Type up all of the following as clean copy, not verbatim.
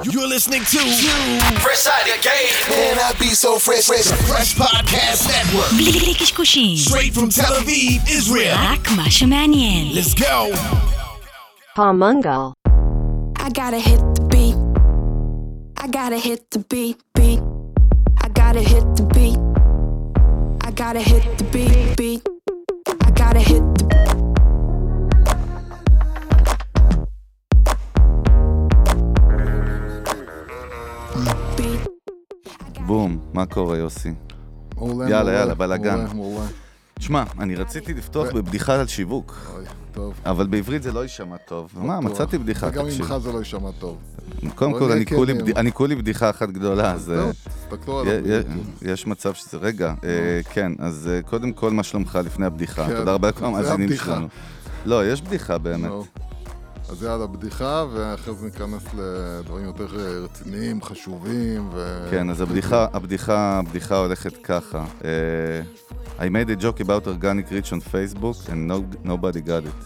You're listening to Fresh Out the Game. Man, I be so fresh. Fresh Podcast Network. בלי קשקושים. Straight from Tel Aviv, Israel. רק מה שמעניין. Let's go. Palmungal. I gotta hit the beat. I gotta hit the beat. I gotta hit the beat. I gotta hit the beat. I gotta hit the beat. בום, מה קורה יוסי? יאללה, בלגן. תשמע, אני רציתי לפתוח בבדיחה על שיווק. טוב. אבל בעברית זה לא יישמע טוב. מה, מצאתי בדיחה, גם תקשיב. ממך זה לא יישמע טוב. קודם כל, אני כולי בדיחה אחת גדולה, אז יש מצב שזה... רגע, כן, אז קודם כל, מה שלומך לפני הבדיחה? תודה רבה לכל המאזינים שלנו. לא, יש בדיחה באמת. אז יאללה, בדיחה, ואחרי זה ניכנס לדברים יותר רציניים, חשובים. כן, אז הבדיחה הולכת ככה. I made a joke about organic reach on Facebook and nobody got it.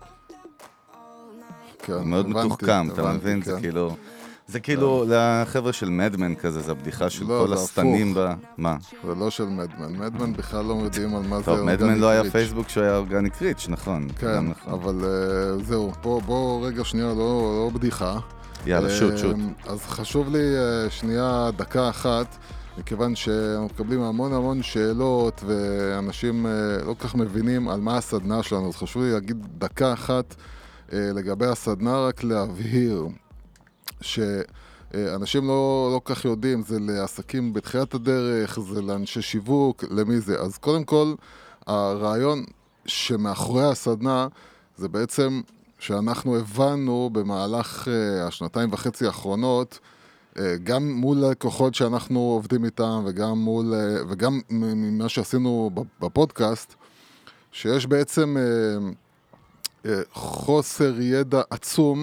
מאוד מתוחכם, אתה מבין? זה כאילו לחבר'ה של מדמן כזה, זה הבדיחה של כל הסתנים בה. מה? זה לא של מדמן. מדמן בכלל לא יודעים על מה זה טוב, אורגניק מדמן לא היה ריץ'. פייסבוק שהוא היה אורגניק ריץ', נכון. כן, אבל זהו, בוא רגע שנייה, לא בדיחה. יאללה, שוט. אז חשוב לי שנייה דקה אחת, מכיוון שאנחנו מקבלים המון שאלות, ואנשים לא כל כך מבינים על מה הסדנה שלנו, אז חשוב לי להגיד דקה אחת לגבי הסדנה, רק להבהיר שאנשים לא כך יודעים, זה לעסקים בתחילת הדרך, זה לאנשי שיווק, למי זה. אז קודם כל, הרעיון שמאחורי הסדנה זה בעצם שאנחנו הבנו במהלך השנתיים וחצי האחרונות, גם מול לקוחות שאנחנו עובדים איתם וגם ממה שעשינו בפודקאסט, שיש בעצם חוסר ידע עצום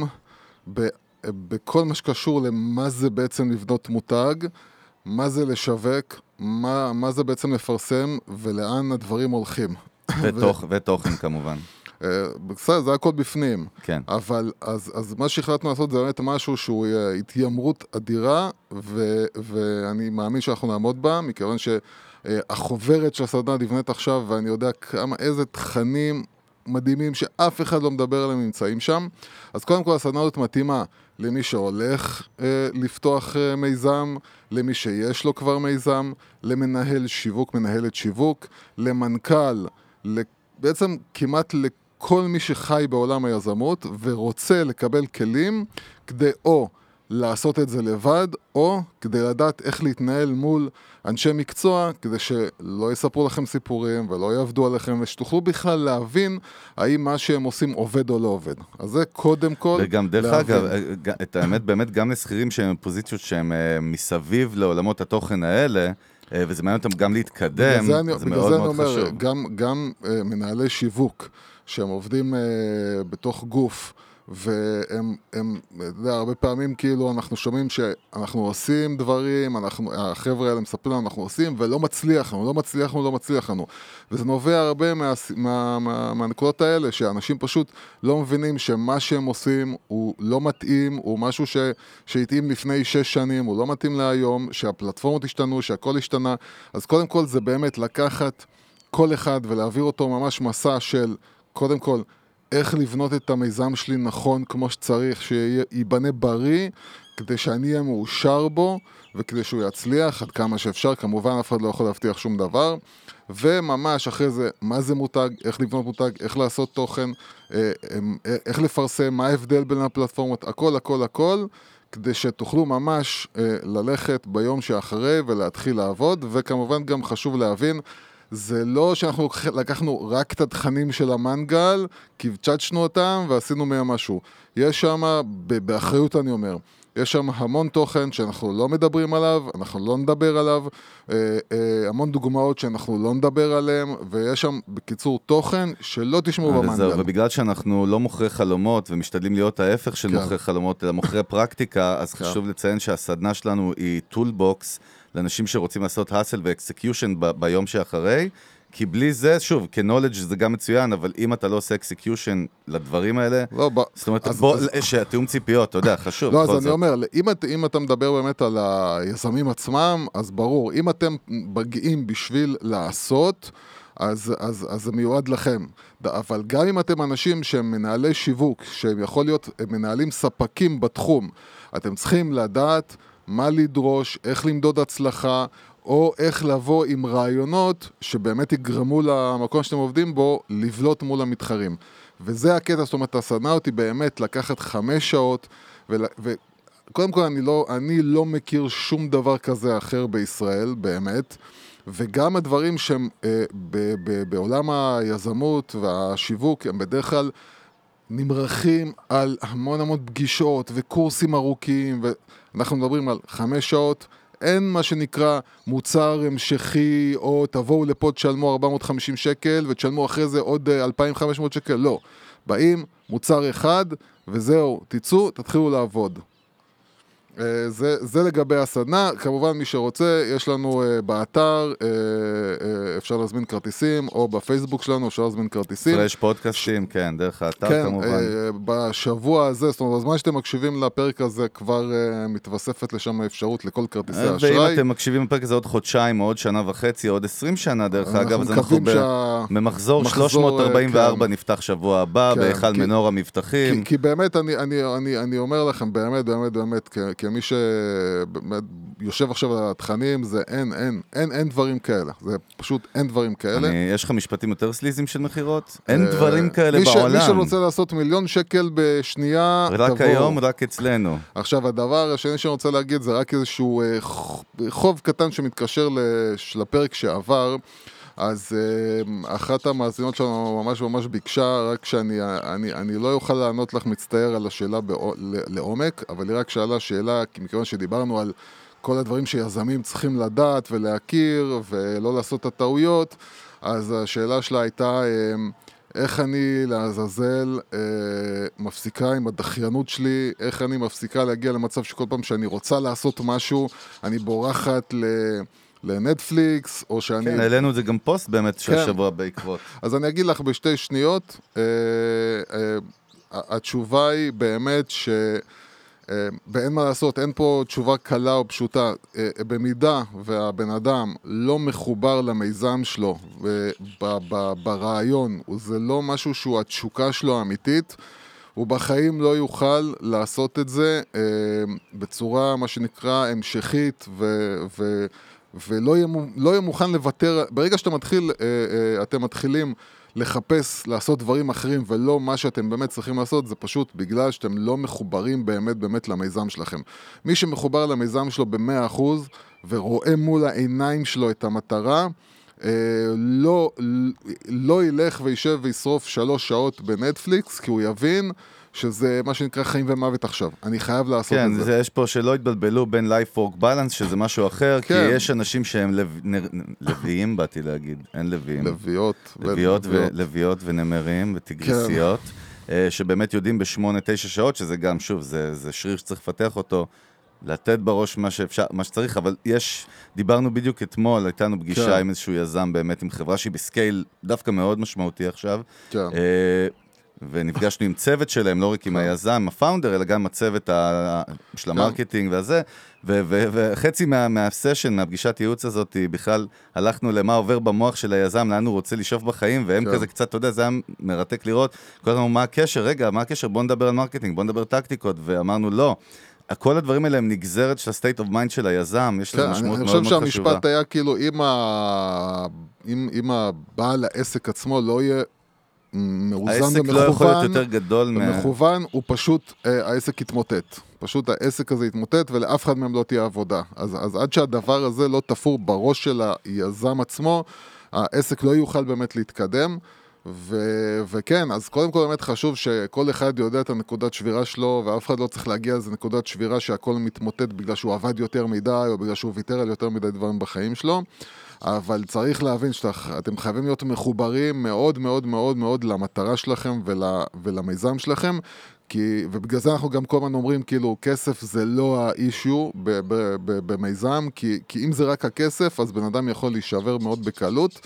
בכל מה שקשור למה זה בעצם לבנות מותג, מה זה לשווק, מה זה בעצם לפרסם ולאן הדברים הולכים. ותוכן כמובן. בסדר, זה הכל בפנים. כן. אבל אז מה שהחלטנו לעשות זה באמת משהו שהוא התיימרות אדירה, ואני מאמין שאנחנו נעמוד בה, מכיוון שהחוברת של הסדנה נבנית עכשיו, ואני יודע איזה תכנים מדהימים שאף אחד לא מדבר עליהם נמצאים שם. אז קודם כל הסדנה הזאת מתאימה למי שהולך לפתוח מיזם, למי שיש לו כבר מיזם, למנהל שיווק, מנהלת שיווק, למנכ"ל, בעצם כמעט לכל מי שחי בעולם היזמות ורוצה לקבל כלים כדי או לעשות את זה לבד, או כדי לדעת איך להתנהל מול אנשי מקצוע, כדי שלא יספרו לכם סיפורים ולא יעבדו עליכם, ושתוכלו בכלל להבין האם מה שהם עושים עובד או לא עובד. אז זה קודם כל וגם דרך אגב, את האמת באמת גם לסחירים שהם פוזיציות שהם מסביב לעולמות התוכן האלה, וזה מעניין אותם גם להתקדם, זה מאוד מאוד חשוב. גם מנהלי שיווק שהם עובדים בתוך גוף, והם, הרבה פעמים כאילו אנחנו שומעים שאנחנו עושים דברים, החבר'ה האלה מספרים לנו, אנחנו עושים, ולא מצליח לנו. וזה נובע הרבה מהנקודות האלה, שאנשים פשוט לא מבינים שמה שהם עושים הוא לא מתאים, הוא משהו שהתאים לפני 6 שנים, הוא לא מתאים להיום, שהפלטפורמות השתנו, שהכל השתנה. אז קודם כל זה באמת לקחת כל אחד ולהעביר אותו ממש מסע של, קודם כל, איך לבנות את המיזם שלי נכון כמו שצריך, שיבנה בריא, כדי שאני אהיה מאושר בו, וכדי שהוא יצליח עד כמה שאפשר, כמובן אף אחד לא יכול להבטיח שום דבר, וממש אחרי זה, מה זה מותג, איך לבנות מותג, איך לעשות תוכן, איך לפרסם, מה ההבדל בין הפלטפורמות, הכל, כדי שתוכלו ממש ללכת ביום שאחרי ולהתחיל לעבוד, וכמובן גם חשוב להבין, זה לא שאנחנו לקחנו רק את התכנים של המנגל, קבצ'צ'נו אותם ועשינו מהם משהו. יש שם, באחריות אני אומר, יש שם המון תוכן שאנחנו לא מדברים עליו, אנחנו לא נדבר עליו, המון דוגמאות שאנחנו לא נדבר עליהם, ויש שם בקיצור תוכן שלא תשמעו במנגל. ובגלל שאנחנו לא מוכרי חלומות ומשתדלים להיות ההפך של מוכרי חלומות, אלא מוכרי פרקטיקה, אז חשוב לציין שהסדנה שלנו היא טולבוקס, לאנשים שרוצים לעשות הסל ואקסקיושן ביום שאחרי, כי בלי זה, שוב, כ-knowledge זה גם מצוין, אבל אם אתה לא עושה execution לדברים האלה, זאת אומרת, שהתיאום ציפיות, אתה יודע, חשוב. לא, אז אני אומר, אם אתה מדבר באמת על היזמים עצמם, אז ברור, אם אתם מגיעים בשביל לעשות, אז זה מיועד לכם. אבל גם אם אתם אנשים שהם מנהלי שיווק, שהם יכול להיות מנהלים ספקים בתחום, אתם צריכים לדעת מה לדרוש, איך למדוד הצלחה, או איך לבוא עם רעיונות שבאמת יגרמו למקום שאתם עובדים בו, לבלוט מול המתחרים. וזה הקטע, זאת אומרת, הסדנה אותי באמת לקחת 5 שעות, וקודם כל אני לא מכיר שום דבר כזה אחר בישראל, באמת, וגם הדברים שהם בעולם היזמות והשיווק, הם בדרך כלל נמרחים על המון פגישות וקורסים ארוכים, ואנחנו מדברים על 5 שעות, אין מה שנקרא מוצר המשכי, או תבואו לפה תשלמו 450 שקל, ותשלמו אחרי זה עוד 2,500 שקל, לא. באים, מוצר אחד, וזהו, תצאו, תתחילו לעבוד. זה לגבי הסדנה, כמובן מי שרוצה, יש לנו באתר, אפשר להזמין כרטיסים, או בפייסבוק שלנו אפשר להזמין כרטיסים. יש פודקאסטים, כן, דרך האתר כן, כמובן. בשבוע הזה, זאת אומרת, בזמן שאתם מקשיבים לפרק הזה, כבר מתווספת לשם האפשרות לכל כרטיסי אשראי. ואם אתם מקשיבים לפרק הזה עוד חודשיים, או עוד שנה וחצי, או עוד 20 שנה, דרך אגב, אז אנחנו במחזור 344 נפתח שבוע הבא, בהיכל מנור המבטחים. כי באמת, אני אומר לכם, באמת, כמי שיושב עכשיו על התכנים, זה אין דברים כאלה. זה פשוט אין דברים כאלה. יש לך משפטים יותר סליזים של מחירות? אין דברים כאלה בעולם. מי שרוצה לעשות 1,000,000 שקל בשנייה, תבואו. רק היום, רק אצלנו. עכשיו, הדבר השני שאני רוצה להגיד, זה רק איזשהו חוב קטן שמתקשר לפרק שעבר, אז אחת המאזינות שלנו ממש ביקשה, רק שאני לא יוכל לענות לך, מצטער על השאלה לעומק, אבל היא רק שאלה שאלה, מכיוון שדיברנו על כל הדברים שיזמים צריכים לדעת ולהכיר ולא לעשות את הטעויות, אז השאלה שלה הייתה, איך אני לעזאזל מפסיקה עם הדחיינות שלי, איך אני מפסיקה להגיע למצב שכל פעם שאני רוצה לעשות משהו, אני בורחת לנטפליקס, או שאני... כן, העלינו את זה גם פוסט באמת של שבוע בעקבות. אז אני אגיד לך בשתי שניות, התשובה היא באמת ואין מה לעשות, אין פה תשובה קלה או פשוטה. במידה והבן אדם לא מחובר למיזם שלו ברעיון, זה לא משהו שהוא התשוקה שלו האמיתית, הוא בחיים לא יוכל לעשות את זה בצורה מה שנקרא המשכית ולא יהיה מוכן לוותר. ברגע אתם מתחילים לחפש, לעשות דברים אחרים ולא מה שאתם באמת צריכים לעשות, זה פשוט בגלל שאתם לא מחוברים באמת למיזם שלכם. מי שמחובר למיזם שלו ב100% ורואה מול העיניים שלו את המטרה, לא ילך וישב וישרוף 3 שעות בנטפליקס, כי הוא יבין שזה מה שנקרא חיים ומוות עכשיו. אני חייב לעשות את זה. כן, יש פה שלא התבלבלו בין life-work balance, שזה משהו אחר, כי יש אנשים שהם לוויים, באתי להגיד, אין לוויים. לוויות ונמרים ותגריסיות, שבאמת יודעים ב8-9 שעות, שזה גם, שוב, זה שריר שצריך לפתח אותו, לתת בראש מה שצריך, אבל דיברנו בדיוק אתמול, הייתה לנו פגישה עם איזשהו יזם, באמת עם חברה שהיא בסקייל דווקא מאוד משמעותי עכשיו, ונפגשנו עם צוות שלהם, לא רק עם היזם, הפאונדר, אלא גם הצוות של המרקטינג והזה, וחצי מהסשן, מהפגישת ייעוץ הזאת, בכלל הלכנו למה עובר במוח של היזם, לאן הוא רוצה לשאוף בחיים, והם כזה קצת, אתה יודע, זה היה מרתק לראות, כל הזמן, מה הקשר? רגע, מה הקשר? בוא נדבר על מרקטינג, בוא נדבר טקטיקות, ואמרנו, לא. כל הדברים האלה הם נגזרת של ה-state of mind של היזם, יש לזה משמעות מאוד מאוד חשובה. אני חושב שהמשפט היה כאילו, אם הבעל העסק עצמו לא יהיה מאוזן העסק לא יכול להיות יותר גדול ומכוון, הוא פשוט, העסק יתמוטט. פשוט העסק הזה יתמוטט, ולאף אחד מהם לא תהיה עבודה. אז עד שהדבר הזה לא תפור בראש של היזם עצמו, העסק לא יוכל באמת להתקדם. וכן, אז קודם כל באמת חשוב שכל אחד יודע את הנקודת שבירה שלו, ואף אחד לא צריך להגיע לזה נקודת שבירה שהכל מתמוטט בגלל שהוא עבד יותר מדי, או בגלל שהוא ויתר על יותר מדי דברים בחיים שלו. אבל צריך להבין שאתם חייבים להיות מחוברים מאוד מאוד מאוד מאוד למטרה שלכם ולמיזם שלכם, ובגלל זה אנחנו גם כל הזמן אומרים, כאילו, כסף זה לא האישיו במיזם, כי אם זה רק הכסף, אז בן אדם יכול להישבר מאוד בקלות.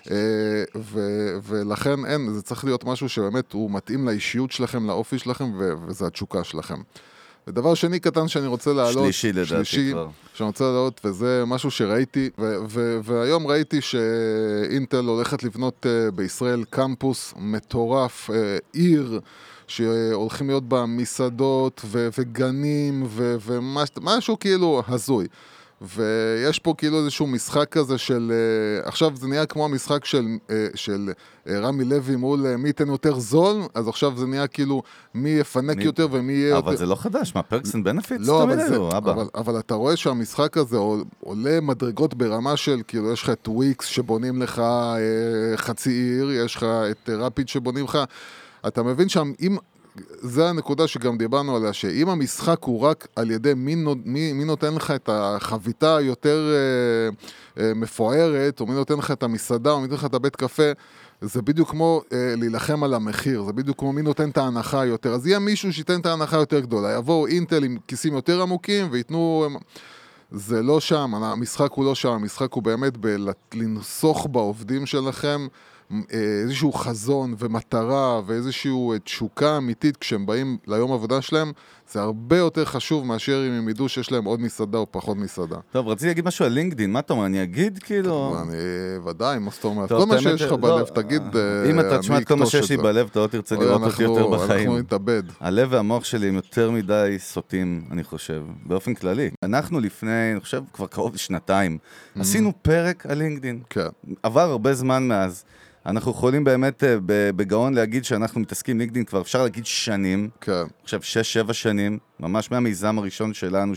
ולכן אין, זה צריך להיות משהו שבאמת הוא מתאים לאישיות שלכם, לאופי שלכם, וזה התשוקה שלכם. ודבר שני קטן שאני רוצה להעלות, שלישי כבר. שאני רוצה להעלות, וזה משהו שראיתי, והיום ראיתי שאינטל הולכת לבנות בישראל קמפוס מטורף, עיר, שהולכים להיות בה מסעדות וגנים ומשהו כאילו הזוי. ויש פה כאילו איזשהו משחק כזה של, עכשיו זה נהיה כמו המשחק של רמי לוי מול מי ייתן יותר זול, אז עכשיו זה נהיה כאילו מי יפנק יותר ומי יהיה... אבל זה לא חדש, מה פרקס אנד בנפיטס? לא, אבל אתה רואה שהמשחק הזה עולה מדרגות ברמה של, כאילו יש לך את וויקס שבונים לך חצי עיר, יש לך את רפיד שבונים לך, אתה מבין שם, אם... זה הנקודה שגם דיברנו עליה, שאם המשחק הוא רק על ידי מי נותן לך את החביתה היותר מפוארת, או מי נותן לך את המסעדה, או מי נותן לך את הבית קפה, זה בדיוק כמו להילחם על המחיר, זה בדיוק כמו מי נותן את ההנחה יותר. אז יהיה מישהו שייתן את ההנחה יותר גדולה, יבואו אינטל עם כיסים יותר עמוקים, ויתנו... זה לא שם, המשחק הוא לא שם, המשחק הוא באמת לנסוך בעובדים שלכם, איזשהו חזון ומטרה ואיזשהו תשוקה אמיתית כשהם באים ליום עבודה שלהם, זה הרבה יותר חשוב מאשר אם הם ידעו שיש להם עוד מסעדה או פחות מסעדה. טוב, רציתי להגיד משהו על לינקדין, מה אתה אומר? אני אגיד כאילו... אני ודאי, מה זאת אומרת? כל מה שיש לך בלב, תגיד... אם אתה תשמע את כל מה שיש לי בלב, אתה לא תרצה לראות אותי יותר בחיים. אנחנו נתאבד. הלב והמוח שלי הם יותר מדי סוטים, אני חושב, באופן כללי. אנחנו לפני, אני חושב, כבר קרוב לשנתיים, עשינו פרק על לינקדין. כן. עבר הרבה זמן מאז. אנחנו יכולים באמת בגאון להגיד שאנחנו מתעסקים לינקדין כבר אפשר להגיד שנים, כן. עכשיו 6-7 שנים, ממש מהמיזם הראשון שלנו,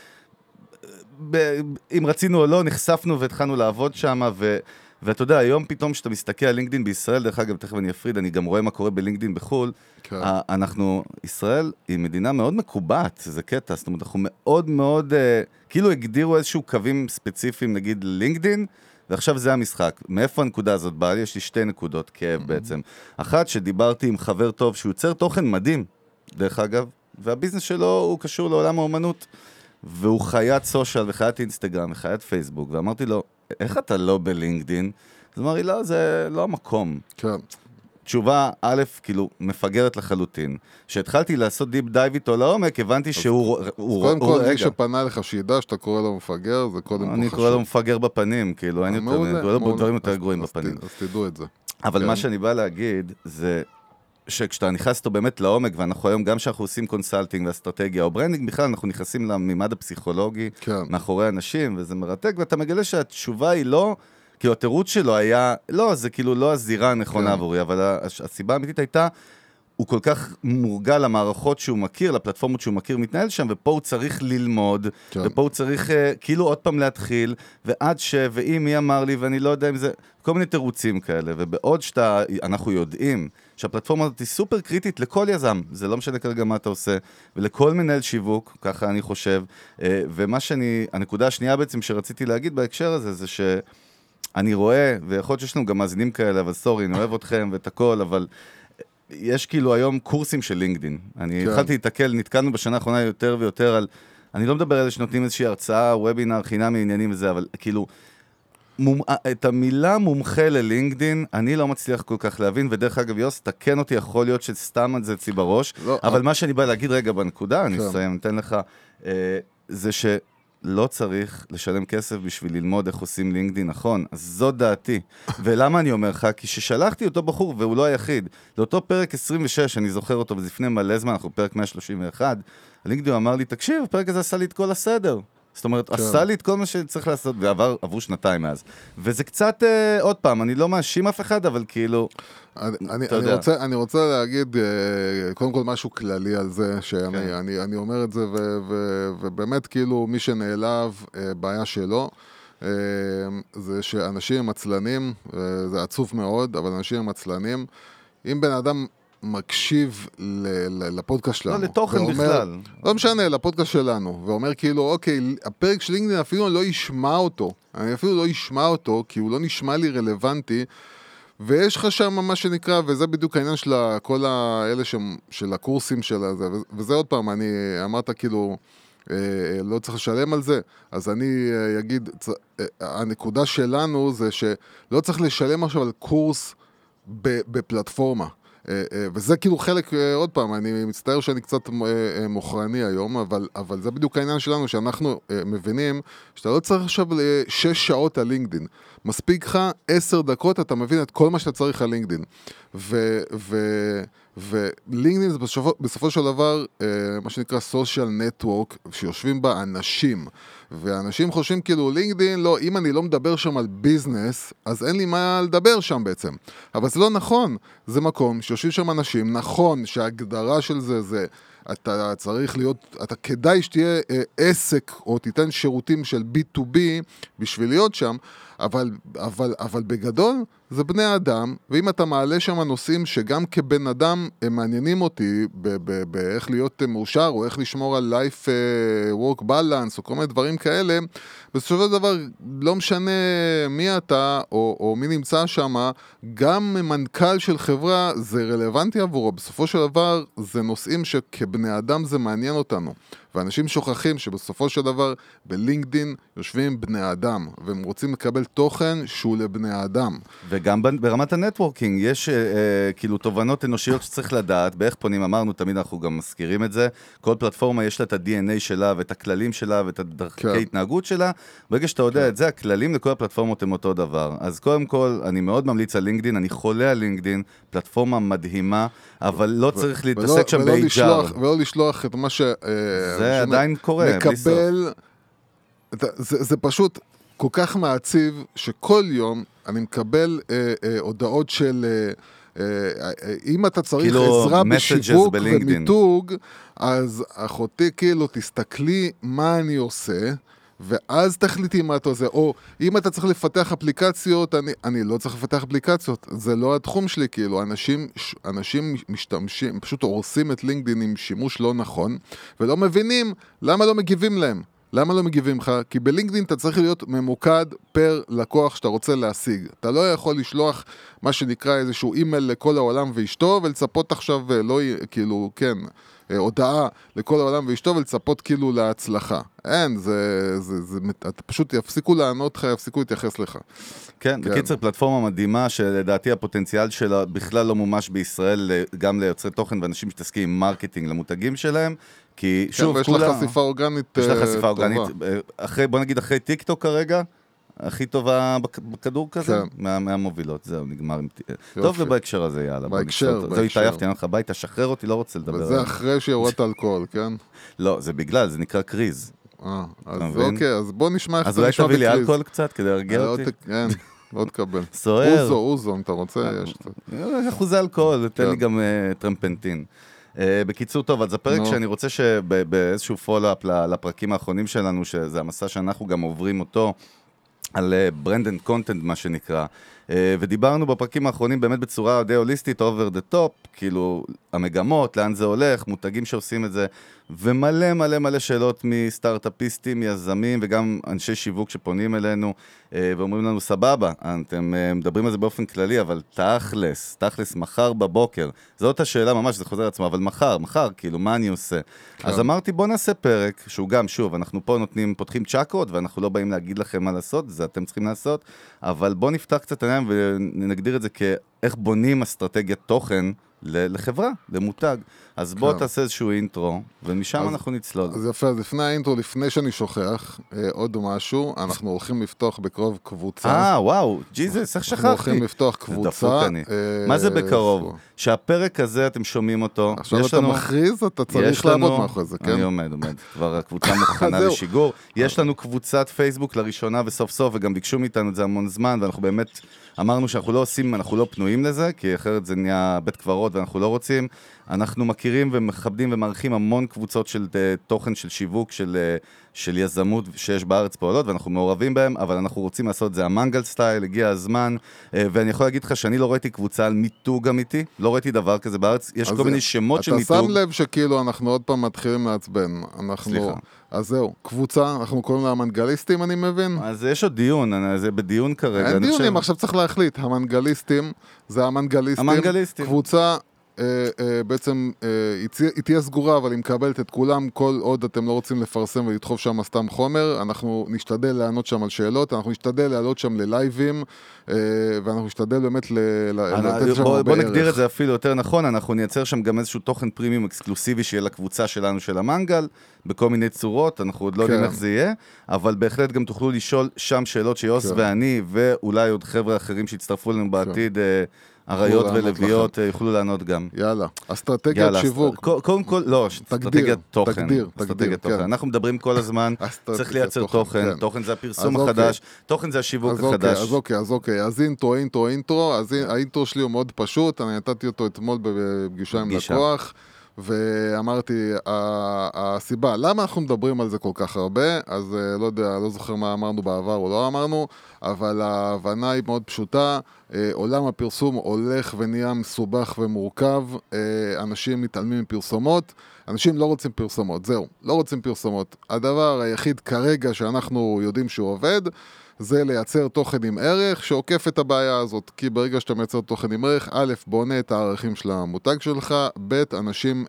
אם רצינו או לא, נחשפנו והתחלנו לעבוד שם, ואתה יודע, היום פתאום שאתה מסתכל על לינקדין בישראל, דרך אגב, תכף אני אפריד, אני גם רואה מה קורה בלינקדין בחול, כן. ישראל היא מדינה מאוד מקובעת, זה קטע, זאת אומרת, אנחנו מאוד מאוד, כאילו הגדירו איזשהו קווים ספציפיים, נגיד לינקדין, ועכשיו זה המשחק. מאיפה הנקודה הזאת באה? יש לי 2 נקודות כאב בעצם. אחת שדיברתי עם חבר טוב שהוא יוצר תוכן מדהים, דרך אגב, והביזנס שלו הוא קשור לעולם האומנות, והוא חיית סושיאל וחיית אינסטגרם וחיית פייסבוק, ואמרתי לו, איך אתה לא בלינקדין? אז אמר לי, לא, זה לא המקום. כן. תשובה, א', כאילו, מפגרת לחלוטין. כשהתחלתי לעשות דיפ דייב איתו לעומק, הבנתי שהוא... קודם כל, מי שפנה לך שידע שאתה קורא לו מפגר, זה קודם כל חשוב. אני קורא לו מפגר בפנים, כאילו, אין יותר, דברים יותר גרועים בפנים. אז תדעו את זה. אבל מה שאני בא להגיד, זה שכשאתה נכנס אותו באמת לעומק, ואנחנו היום, גם שאנחנו עושים קונסלטינג ואסטרטגיה או ברנדינג, בכלל אנחנו נכנסים למימד הפסיכולוגי, מאחורי אנשים, וזה מרתק, ואתה מגלה שהתשובה היא לא... כאילו התירוץ שלו היה, לא, זה כאילו לא הזירה הנכונה עבורי, אבל הסיבה האמיתית הייתה, הוא כל כך מורגל למערכות שהוא מכיר, לפלטפורמות שהוא מכיר מתנהל שם, ופה הוא צריך ללמוד, ופה הוא צריך כאילו עוד פעם להתחיל, ועד ואם מי אמר לי, ואני לא יודע אם זה, כל מיני תירוצים כאלה, ובעוד אנחנו יודעים שהפלטפורמה הזאת היא סופר קריטית לכל יזם, זה לא משנה כרגע מה אתה עושה, ולכל מנהל שיווק, ככה אני חושב, הנקודה השנייה בעצם שרציתי להגיד בהקשר הזה, זה אני רואה, ויכול להיות שיש לנו גם מאזינים כאלה, אבל סורי, אני אוהב אתכם ואת הכל, אבל יש כאילו היום קורסים של לינקדין. אני התחלתי להתקל, נתקלנו בשנה האחרונה יותר ויותר על, אני לא מדבר על אלה שנותנים איזושהי הרצאה, וובינר, חינם מעניינים וזה, אבל כאילו, את המילה מומחה ללינקדין, אני לא מצליח כל כך להבין, ודרך אגב, יוס, תקן אותי, יכול להיות שסתם את זה אצלי בראש, אבל מה שאני בא להגיד רגע בנקודה, אני אסיים, נתן לך, זה לא צריך לשלם כסף בשביל ללמוד איך עושים לינקדין נכון, אז זאת דעתי. ולמה אני אומר לך? כי ששלחתי אותו בחור, והוא לא היחיד, לאותו פרק 26, אני זוכר אותו, וזה לפני מלא זמן, אנחנו פרק 131, הלינקדין אמר לי, תקשיב, הפרק הזה עשה לי את כל הסדר. זאת אומרת, עשה לי את כל מה שצריך לעשות, ועברו שנתיים מאז. וזה קצת, עוד פעם, אני לא מאשים אף אחד, אבל כאילו... אני רוצה להגיד, קודם כל משהו כללי על זה, שאני אומר את זה, ובאמת כאילו מי שנעלב, בעיה שלו, זה שאנשים עצלנים, זה עצוב מאוד, אבל אנשים עצלנים, אם בן אדם מקשיב לפודקאסט שלנו. לא, לתוכן בכלל. לא משנה, לפודקאסט שלנו. ואומר כאילו, אוקיי, הפרק של לינקדין אפילו לא ישמע אותו. אני אפילו לא ישמע אותו, כי הוא לא נשמע לי רלוונטי. ויש לך שם מה שנקרא, וזה בדיוק העניין של כל האלה של הקורסים של זה. וזה עוד פעם, אני אמרת כאילו, לא צריך לשלם על זה, אז אני אגיד, הנקודה שלנו זה שלא צריך לשלם עכשיו על קורס בפלטפורמה. וזה כאילו חלק, עוד פעם, אני מצטער שאני קצת מוכרני היום, אבל זה בדיוק העניין שלנו, שאנחנו מבינים שאתה לא צריך עכשיו 6 שעות על לינקדין. מספיק לך 10 דקות, אתה מבין את כל מה שאתה צריך על לינקדין. ולינקדין זה בסופו של דבר, מה שנקרא social network, שיושבים בה אנשים. ואנשים חושבים כאילו, לינקדין, לא, אם אני לא מדבר שם על ביזנס, אז אין לי מה לדבר שם בעצם. אבל זה לא נכון. זה מקום שיושבים שם אנשים, נכון שההגדרה של זה, אתה צריך להיות, אתה כדאי שתהיה עסק, או תיתן שירותים של B2B, בשביל להיות שם, אבל בגדול, זה בני אדם, ואם אתה מעלה שם נושאים שגם כבן אדם הם מעניינים אותי באיך להיות מאושר, או איך לשמור על life work balance, או כל מיני דברים כאלה, בסופו של דבר לא משנה מי אתה, או מי נמצא שם, גם מנכ"ל של חברה זה רלוונטי עבורו. בסופו של דבר זה נושאים שכבני אדם זה מעניין אותנו. ואנשים שוכחים שבסופו של דבר בלינקדין יושבים בני אדם, והם רוצים לקבל תוכן שהוא לבני אדם. וגם ברמת הנטוורקינג יש כאילו תובנות אנושיות שצריך לדעת, באיך פונים, אמרנו, תמיד אנחנו גם מזכירים את זה, כל פלטפורמה יש לה את ה-DNA שלה ואת הכללים שלה ואת הדרכי התנהגות שלה, ברגע שאתה יודע את זה, הכללים לכל הפלטפורמות הם אותו דבר. אז קודם כל, אני מאוד ממליץ על לינקדין, אני חולה על לינקדין, פלטפורמה מדהימה, אבל לא צריך להתעסק שם ב-HR. ולא לשלוח את מה ש... זה עדיין קורה, מקבל, זה פשוט כל כך מעציב שכל יום אני מקבל הודעות של אם אתה צריך עזרה בשיווק ומיתוג, אז אחותי כאילו תסתכלי מה אני עושה, ואז תחליטי מה אתה עושה, או אם אתה צריך לפתח אפליקציות, אני לא צריך לפתח אפליקציות, זה לא התחום שלי, כאילו, אנשים משתמשים, פשוט הורסים את לינקדין עם שימוש לא נכון, ולא מבינים למה לא מגיבים להם. למה לא מגיבים לך? כי בלינקדין אתה צריך להיות ממוקד פר לקוח שאתה רוצה להשיג. אתה לא יכול לשלוח מה שנקרא איזשהו אימייל לכל העולם ואשתו, ולצפות עכשיו, לא, כאילו, כן, הודעה לכל העולם ואשתו, ולצפות כאילו להצלחה. אין, אתה פשוט יפסיקו לענות לך, יפסיקו להתייחס לך. כן, בקיצר פלטפורמה מדהימה, שלדעתי הפוטנציאל שלה בכלל לא מומש בישראל, גם ליוצרי תוכן ואנשים שתעסקים עם מרקטינג למותגים שלהם, כי שוב, ויש לך חשיפה אורגנית טובה. יש לך חשיפה אורגנית, בוא נגיד אחרי טיק טוק כרגע, הכי טובה בכדור כזה, מהמובילות, זהו, נגמר. טוב, ובהקשר הזה, יאללה. בהקשר. זהו, התעייפתי, אני הולך הביתה, שחרר אותי, לא רוצה לדבר. וזה אחרי שיורדת אלכוהול, כן? לא, זה בגלל, זה נקרא קריז. אז אוקיי, אז בוא נשמע איך אז אולי תביא לי אלכוהול קצת, כדי להרגיע אותי. כן, לא תקבל. סוער. אוזו, אם אתה רוצה, יש קצת. אחוזי אלכוהול, תן לי גם טרמפנטין. בקיצור טוב, אז הפרק שאני רוצה שבאיזשהו פולו-אפ לפרקים האחרונים שלנו, שזה המסע שאנחנו גם עוברים אותו, על ברנד אנד קונטנט מה שנקרא, ודיברנו בפרקים האחרונים באמת בצורה די הוליסטית, over the top, כאילו המגמות, לאן זה הולך, מותגים שעושים את זה, ומלא מלא מלא שאלות מסטארט-אפיסטים, יזמים וגם אנשי שיווק שפונים אלינו, ואומרים לנו סבבה, אתם מדברים על זה באופן כללי, אבל תכלס, מחר בבוקר, זאת השאלה ממש, זה חוזר עצמו, אבל מחר, כאילו מה אני עושה? אז אמרתי בוא נעשה פרק, שהוא גם שוב, אנחנו פה פותחים צ'קרות, ואנחנו לא באים להגיד לכם מה לעשות, זה אתם צריכים לעשות, אבל בוא נפתח קצת עיניים ונגדיר את זה כאיך בונים אסטרטגיית תוכן לחברה, למותג. אז בוא תעשה איזשהו אינטרו, ומשם אנחנו נצלול. אז יפה, אז לפני האינטרו, לפני שאני שוכח עוד משהו, אנחנו הולכים לפתוח בקרוב קבוצה. וואו, ג'יזוס, איך שכחתי? אנחנו הולכים לפתוח קבוצה. מה זה בקרוב? שהפרק הזה, אתם שומעים אותו. עכשיו אתה מכריז, אתה צריך לעבוד מאחורי זה, כן? אני עומד. כבר הקבוצה מוכנה לשיגור. יש לנו קבוצת פייסבוק לראשונה וסוף סוף, וגם ביקשו מאיתנו את זה המון זמן, ואנחנו באמת אמרנו שאנחנו לא עושים, אנחנו לא פנויים לזה, כי אחרת זה נהיה בית קברות ואנחנו לא רוצים. אנחנו מכירים ומכבדים ומערכים המון קבוצות של תוכן, של שיווק, של יזמות שיש בארץ פועלות, ואנחנו מעורבים בהם, אבל אנחנו רוצים לעשות את זה המנגל סטייל, הגיע הזמן, ואני יכול להגיד לך שאני לא ראיתי קבוצה על מיתוג אמיתי, לא ראיתי דבר כזה בארץ, יש כל מיני שמות של מיתוג. אתה שם לב שכאילו אנחנו עוד פעם מתחילים לעצבן, סליחה. אז זהו, קבוצה, אנחנו קוראים לה המנגליסטים, אני מבין? אז יש עוד דיון, זה בדיון כרגע. אין דיונים, עכשיו צריך להחליט, המנגליסטים, זה המנגליסטים. קבוצה בעצם היא תהיה סגורה, אבל היא מקבלת את כולם, כל עוד אתם לא רוצים לפרסם ולדחוף שם סתם חומר, אנחנו נשתדל לענות שם על שאלות, אנחנו נשתדל לעלות שם ללייבים, ואנחנו נשתדל באמת לתת שם הרבה ערך. בוא נגדיר את זה אפילו יותר נכון, אנחנו נייצר שם גם איזשהו תוכן פרימיום אקסקלוסיבי שיהיה לקבוצה שלנו של המנגל, בכל מיני צורות, אנחנו עוד לא יודעים איך זה יהיה, אבל בהחלט גם תוכלו לשאול שם שאלות שיוס ואני, ואולי עוד חבר'ה אחרים שיצטרפו לנו בעתיד, אריות ולוויות יוכלו לענות גם. יאללה, אסטרטגיית שיווק. קודם כל, לא, אסטרטגיית תוכן. אסטרטגיית תוכן. אנחנו מדברים כל הזמן, צריך לייצר תוכן, תוכן זה הפרסום החדש, תוכן זה השיווק החדש. אז אוקיי, אז אינטרו, אז האינטרו שלי הוא מאוד פשוט, אני נתתי אותו אתמול בפגישה עם לקוח, ואמרתי, הסיבה, למה אנחנו מדברים על זה כל כך הרבה, אז לא יודע, לא זוכר מה אמרנו בעבר או לא אמרנו, אבל ההבנה היא מאוד פשוטה, עולם הפרסום הולך ונהיה מסובך ומורכב, אנשים מתעלמים מפרסומות, אנשים לא רוצים פרסומות, זהו, לא רוצים פרסומות. הדבר היחיד כרגע שאנחנו יודעים שהוא עובד, זה לייצר תוכן עם ערך שעוקף את הבעיה הזאת, כי ברגע שאתה מייצר תוכן עם ערך, א', בונה את הערכים של המותג שלך, ב', אנשים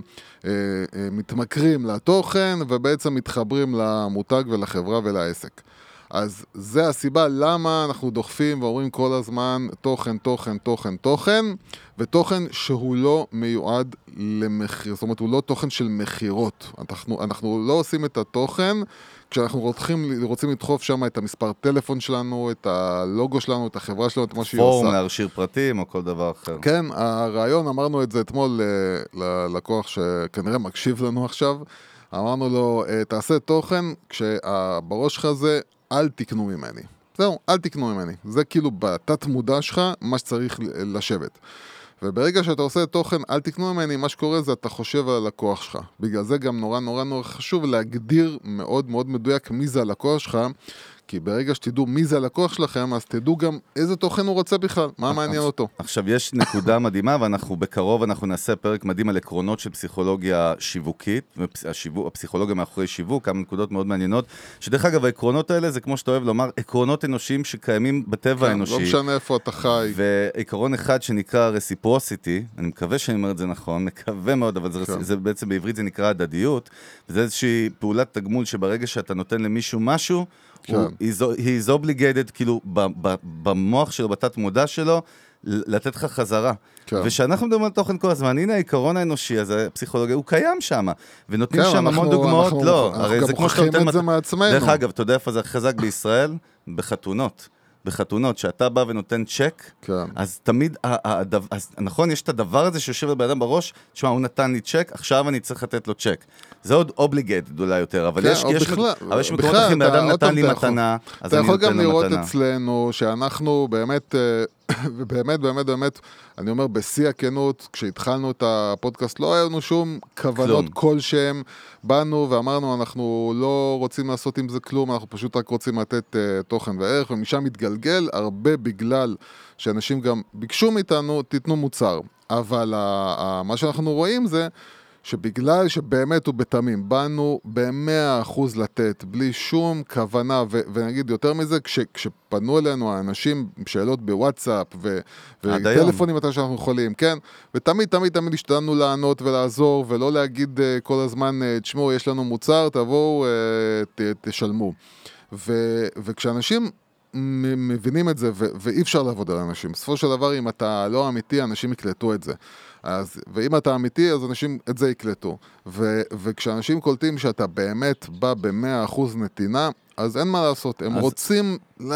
מתמכרים לתוכן ובעצם מתחברים למותג ולחברה ולעסק. אז זה הסיבה למה אנחנו דוחפים ואומרים כל הזמן תוכן, תוכן, תוכן, תוכן, ותוכן שהוא לא מיועד למחיר, זאת אומרת הוא לא תוכן של מחירות. אנחנו לא עושים את התוכן כשאנחנו רוצים לדחוף שם את המספר טלפון שלנו, את הלוגו שלנו, את החברה שלנו, את מה שהיא עושה. פורם, להרשיר פרטים או כל דבר אחר. כן, הרעיון, אמרנו את זה אתמול ללקוח שכנראה מקשיב לנו עכשיו, אמרנו לו, תעשה תוכן כשבראש שלך זה אל תקנו ממני. זהו, אל תקנו ממני. זה כאילו בתת מודע שלך מה שצריך לשבת. וברגע שאתה עושה תוכן, אל תקנו ממני, מה שקורה זה אתה חושב על הלקוח שלך. בגלל זה גם נורא נורא נורא חשוב להגדיר מאוד מאוד מדויק מי זה הלקוח שלך, כי ברגע שתדעו מי זה הלקוח שלכם, אז תדעו גם איזה תוכן הוא רוצה בכלל, מה מעניין אותו. עכשיו, יש נקודה מדהימה, ואנחנו בקרוב נעשה פרק מדהים על עקרונות של פסיכולוגיה שיווקית, הפסיכולוגיה מאחורי שיווק, כמה נקודות מאוד מעניינות, שדרך אגב, העקרונות האלה זה כמו שאתה אוהב לומר, עקרונות אנושיים שקיימים בטבע האנושי. לא משנה איפה אתה חי. ועקרון אחד שנקרא reciprocity, אני מקווה שאני אומר את זה נכון, מקווה מאוד, אבל זה בעצם בעברית זה נקרא הדדיות, וזה איזושהי פעולת תגמול שברגע שאתה נותן למישהו משהו, he's obligated, כאילו, במוח שלו, בתת מודע שלו, לתת לך חזרה. ושאנחנו מדברים על תוכן כל הזמן, הנה העיקרון האנושי הזה, הפסיכולוגיה, הוא קיים שם, ונותנים שם המון דוגמאות, לא, הרי זה כמו שאתה נותן... דרך אגב, אתה יודע איפה זה חזק בישראל? בחתונות, שאתה בא ונותן צ'ק, אז תמיד, נכון, יש את הדבר הזה שיושב לבן אדם בראש, שמה, הוא נתן לי צ'ק, עכשיו אני צריך לתת לו צ'ק. זה עוד obligated אולי יותר, אבל יש מקומות אחרים, בן אדם נתן לי מתנה, אז אני נותן לו מתנה. אתה יכול גם לראות אצלנו, שאנחנו באמת, באמת, אני אומר, בשיא הכנות, כשהתחלנו את הפודקאסט, לא היה לנו שום כוונות כלשהם, באנו ואמרנו, אנחנו לא רוצים לעשות עם זה כלום, אנחנו פשוט רק רוצים לתת תוכן וערך, ומשם מתגלגל הרבה בגלל שאנשים גם ביקשו מאיתנו, תיתנו מוצר. אבל מה שאנחנו רואים זה, שבגלל שבאמת הוא בתמים, באנו ב100% לתת, בלי שום כוונה, ונגיד יותר מזה, כשפנו אלינו האנשים שאלות בוואטסאפ, וטלפונים מתי שאנחנו יכולים, כן? ותמיד השתדלנו לענות ולעזור, ולא להגיד כל הזמן, תשמעו, יש לנו מוצר, תבואו, תשלמו. וכשאנשים מבינים את זה, ואי אפשר לעבוד על אנשים, בסופו של דבר, אם אתה לא אמיתי, אנשים יקלטו את זה. ואם אתה אמיתי, אז אנשים את זה יקלטו. וכשאנשים קולטים שאתה באמת בא ב100% נתינה, אז אין מה לעשות. הם רוצים,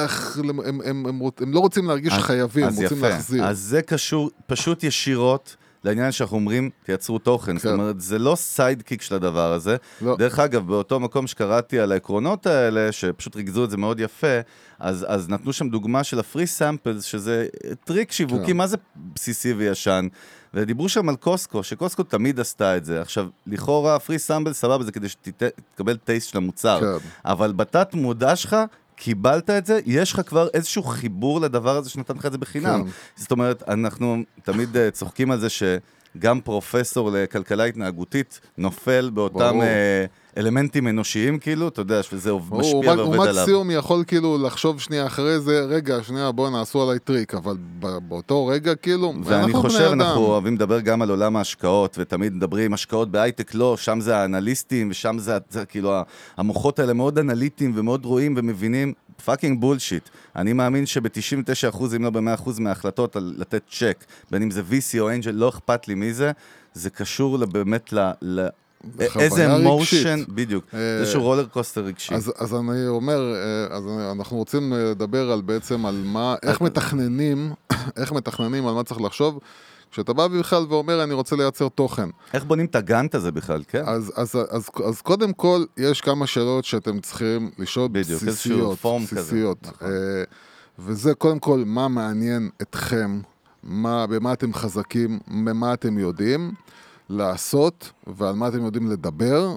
הם לא רוצים להרגיש חייבים, הם רוצים להחזיר. אז זה קשור פשוט ישירות לעניין שאנחנו אומרים, תייצרו תוכן. זאת אומרת, זה לא סיידקיק של הדבר הזה. דרך אגב, באותו מקום שקראתי על העקרונות האלה, שפשוט ריכזו את זה מאוד יפה, אז נתנו שם דוגמה של הפרי סאמפלס, שזה טריק שיווקי, מה זה בסיסי וישן? ודיברו שם על קוסקו, שקוסקו תמיד עשתה את זה. עכשיו, לכאורה, פרי סאמפל סבבה, זה כדי שתקבל טייסט של המוצר. אבל בתת מודע שלך, קיבלת את זה, יש לך כבר איזשהו חיבור לדבר הזה שנתן לך את זה בחינם. זאת אומרת, אנחנו תמיד צוחקים על זה גם פרופסור לכלכלה התנהגותית נופל באותם אלמנטים אנושיים, כאילו, אתה יודע, שזה משפיע ועובד עליו. הוא מקסימום יכול כאילו לחשוב שנייה אחרי זה, רגע, שנייה, בוא נעשו עליי טריק, אבל באותו רגע, כאילו, ואני חושב, אנחנו אוהבים לדבר גם על עולם ההשקעות, ותמיד מדברים, השקעות בהייטק לא, שם זה האנליסטים, ושם זה כאילו, המוחות האלה מאוד אנליטיים ומאוד רואים ומבינים, פאקינג בולשיט. אני מאמין שב-99%, אם לא ב-100% מההחלטות על לתת צ'ק, בין אם זה VC או אנג'ל, לא אכפת לי מי זה, זה קשור באמת איזה אמושן, בדיוק, איזשהו רולר קוסטר רגשי. אז אני אומר, אנחנו רוצים לדבר על בעצם על מה, איך מתכננים על מה צריך לחשוב, כשאתה בא בכלל ואומר, אני רוצה לייצר תוכן. איך בונים את הגאנט הזה בכלל, כן? אז קודם כל, יש כמה שאלות שאתם צריכים לשאול בסיסיות. וזה קודם כל, מה מעניין אתכם, במה אתם חזקים, במה אתם יודעים לעשות, ועל מה אתם יודעים לדבר,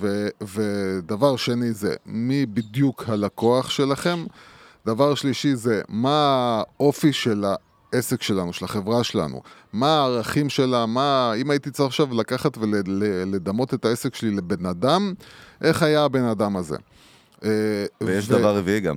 ודבר שני זה, מי בדיוק הלקוח שלכם, דבר שלישי זה, מה האופי של העסק שלנו, של החברה שלנו, מה הערכים שלה, אם הייתי צריך עכשיו לקחת ולדמות את העסק שלי לבן אדם, איך היה הבן אדם הזה? ויש דבר רביעי גם.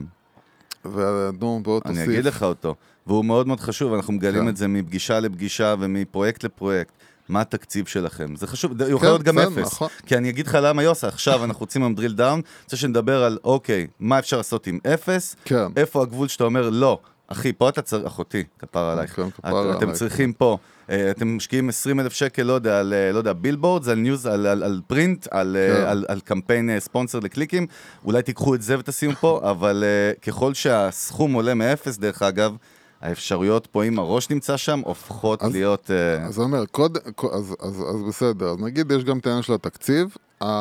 בוא תוסיף. אני אגיד לך אותו, והוא מאוד מאוד חשוב, אנחנו מגלים את זה מפגישה לפגישה ומפרויקט לפרויקט. מה התקציב שלכם? זה חשוב, יוכל להיות גם אפס. כי אני אגיד לך למה יוסה, עכשיו אנחנו רוצים עם דריל דאון, רוצה שנדבר על, אוקיי, מה אפשר לעשות עם אפס? איפה הגבול שאתה אומר, לא, אחי, פה אתה צריך, אחותי, כפר עלייך. אתם צריכים פה, אתם משקיעים 20,000 שקל, לא יודע, בילבורדס, על ניוז, על פרינט, על קמפיין ספונסר לקליקים, אולי תיקחו את זה ותשימו פה, אבל ככל שהסכום עולה מאפס, דרך אגב, האפשרויות פה, אם הראש נמצא שם, הופכות להיות... אז אני אומר, אז בסדר, אז נגיד יש גם טענה של התקציב,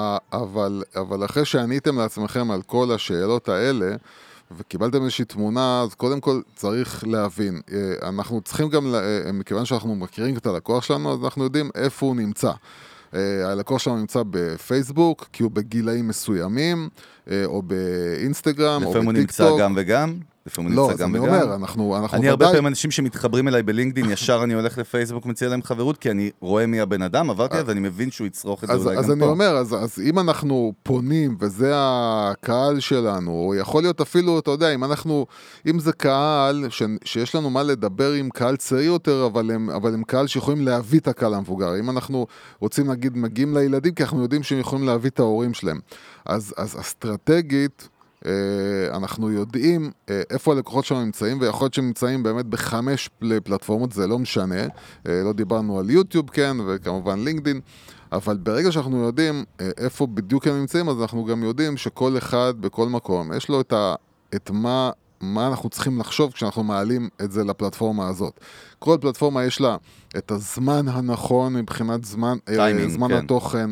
אבל אחרי שעניתם לעצמכם על כל השאלות האלה, וקיבלתם איזושהי תמונה, אז קודם כל צריך להבין. אנחנו צריכים גם, מכיוון שאנחנו מכירים את הלקוח שלנו, אז אנחנו יודעים איפה הוא נמצא. הלקוח שלנו נמצא בפייסבוק, כי הוא בגילאים מסוימים, או באינסטגרם, או בטיקטוק. לפעמים הוא נמצא גם וגם? לא, אז אני אומר, אנחנו אני הרבה פעמים אנשים שמתחברים אליי בלינקדין, ישר אני הולך לפייסבוק, מציע להם חברות, כי אני רואה מי הבן אדם, עברתי ואני מבין שהוא יצרוך את זה אולי גם פה. אז אני אומר, אז אם אנחנו פונים, וזה הקהל שלנו, יכול להיות אפילו, אתה יודע, אם זה קהל, שיש לנו מה לדבר עם קהל צעיר יותר, אבל הם קהל שיכולים להביא את הקהל המבוגר. אם אנחנו רוצים, נגיד, מגיעים לילדים, כי אנחנו יודעים שהם יכולים להביא את ההורים שלהם. אז אסטרטגית, אנחנו יודעים איפה הלקוחות שלנו נמצאים, ויכול להיות שהם נמצאים באמת ב5 פלטפורמות, זה לא משנה, לא דיברנו על יוטיוב, כן, וכמובן לינקדין, אבל ברגע שאנחנו יודעים איפה בדיוק הם נמצאים, אז אנחנו גם יודעים שכל אחד בכל מקום, יש לו את מה אנחנו צריכים לחשוב כשאנחנו מעלים את זה לפלטפורמה הזאת. כל פלטפורמה יש לה את הזמן הנכון מבחינת זמן התוכן,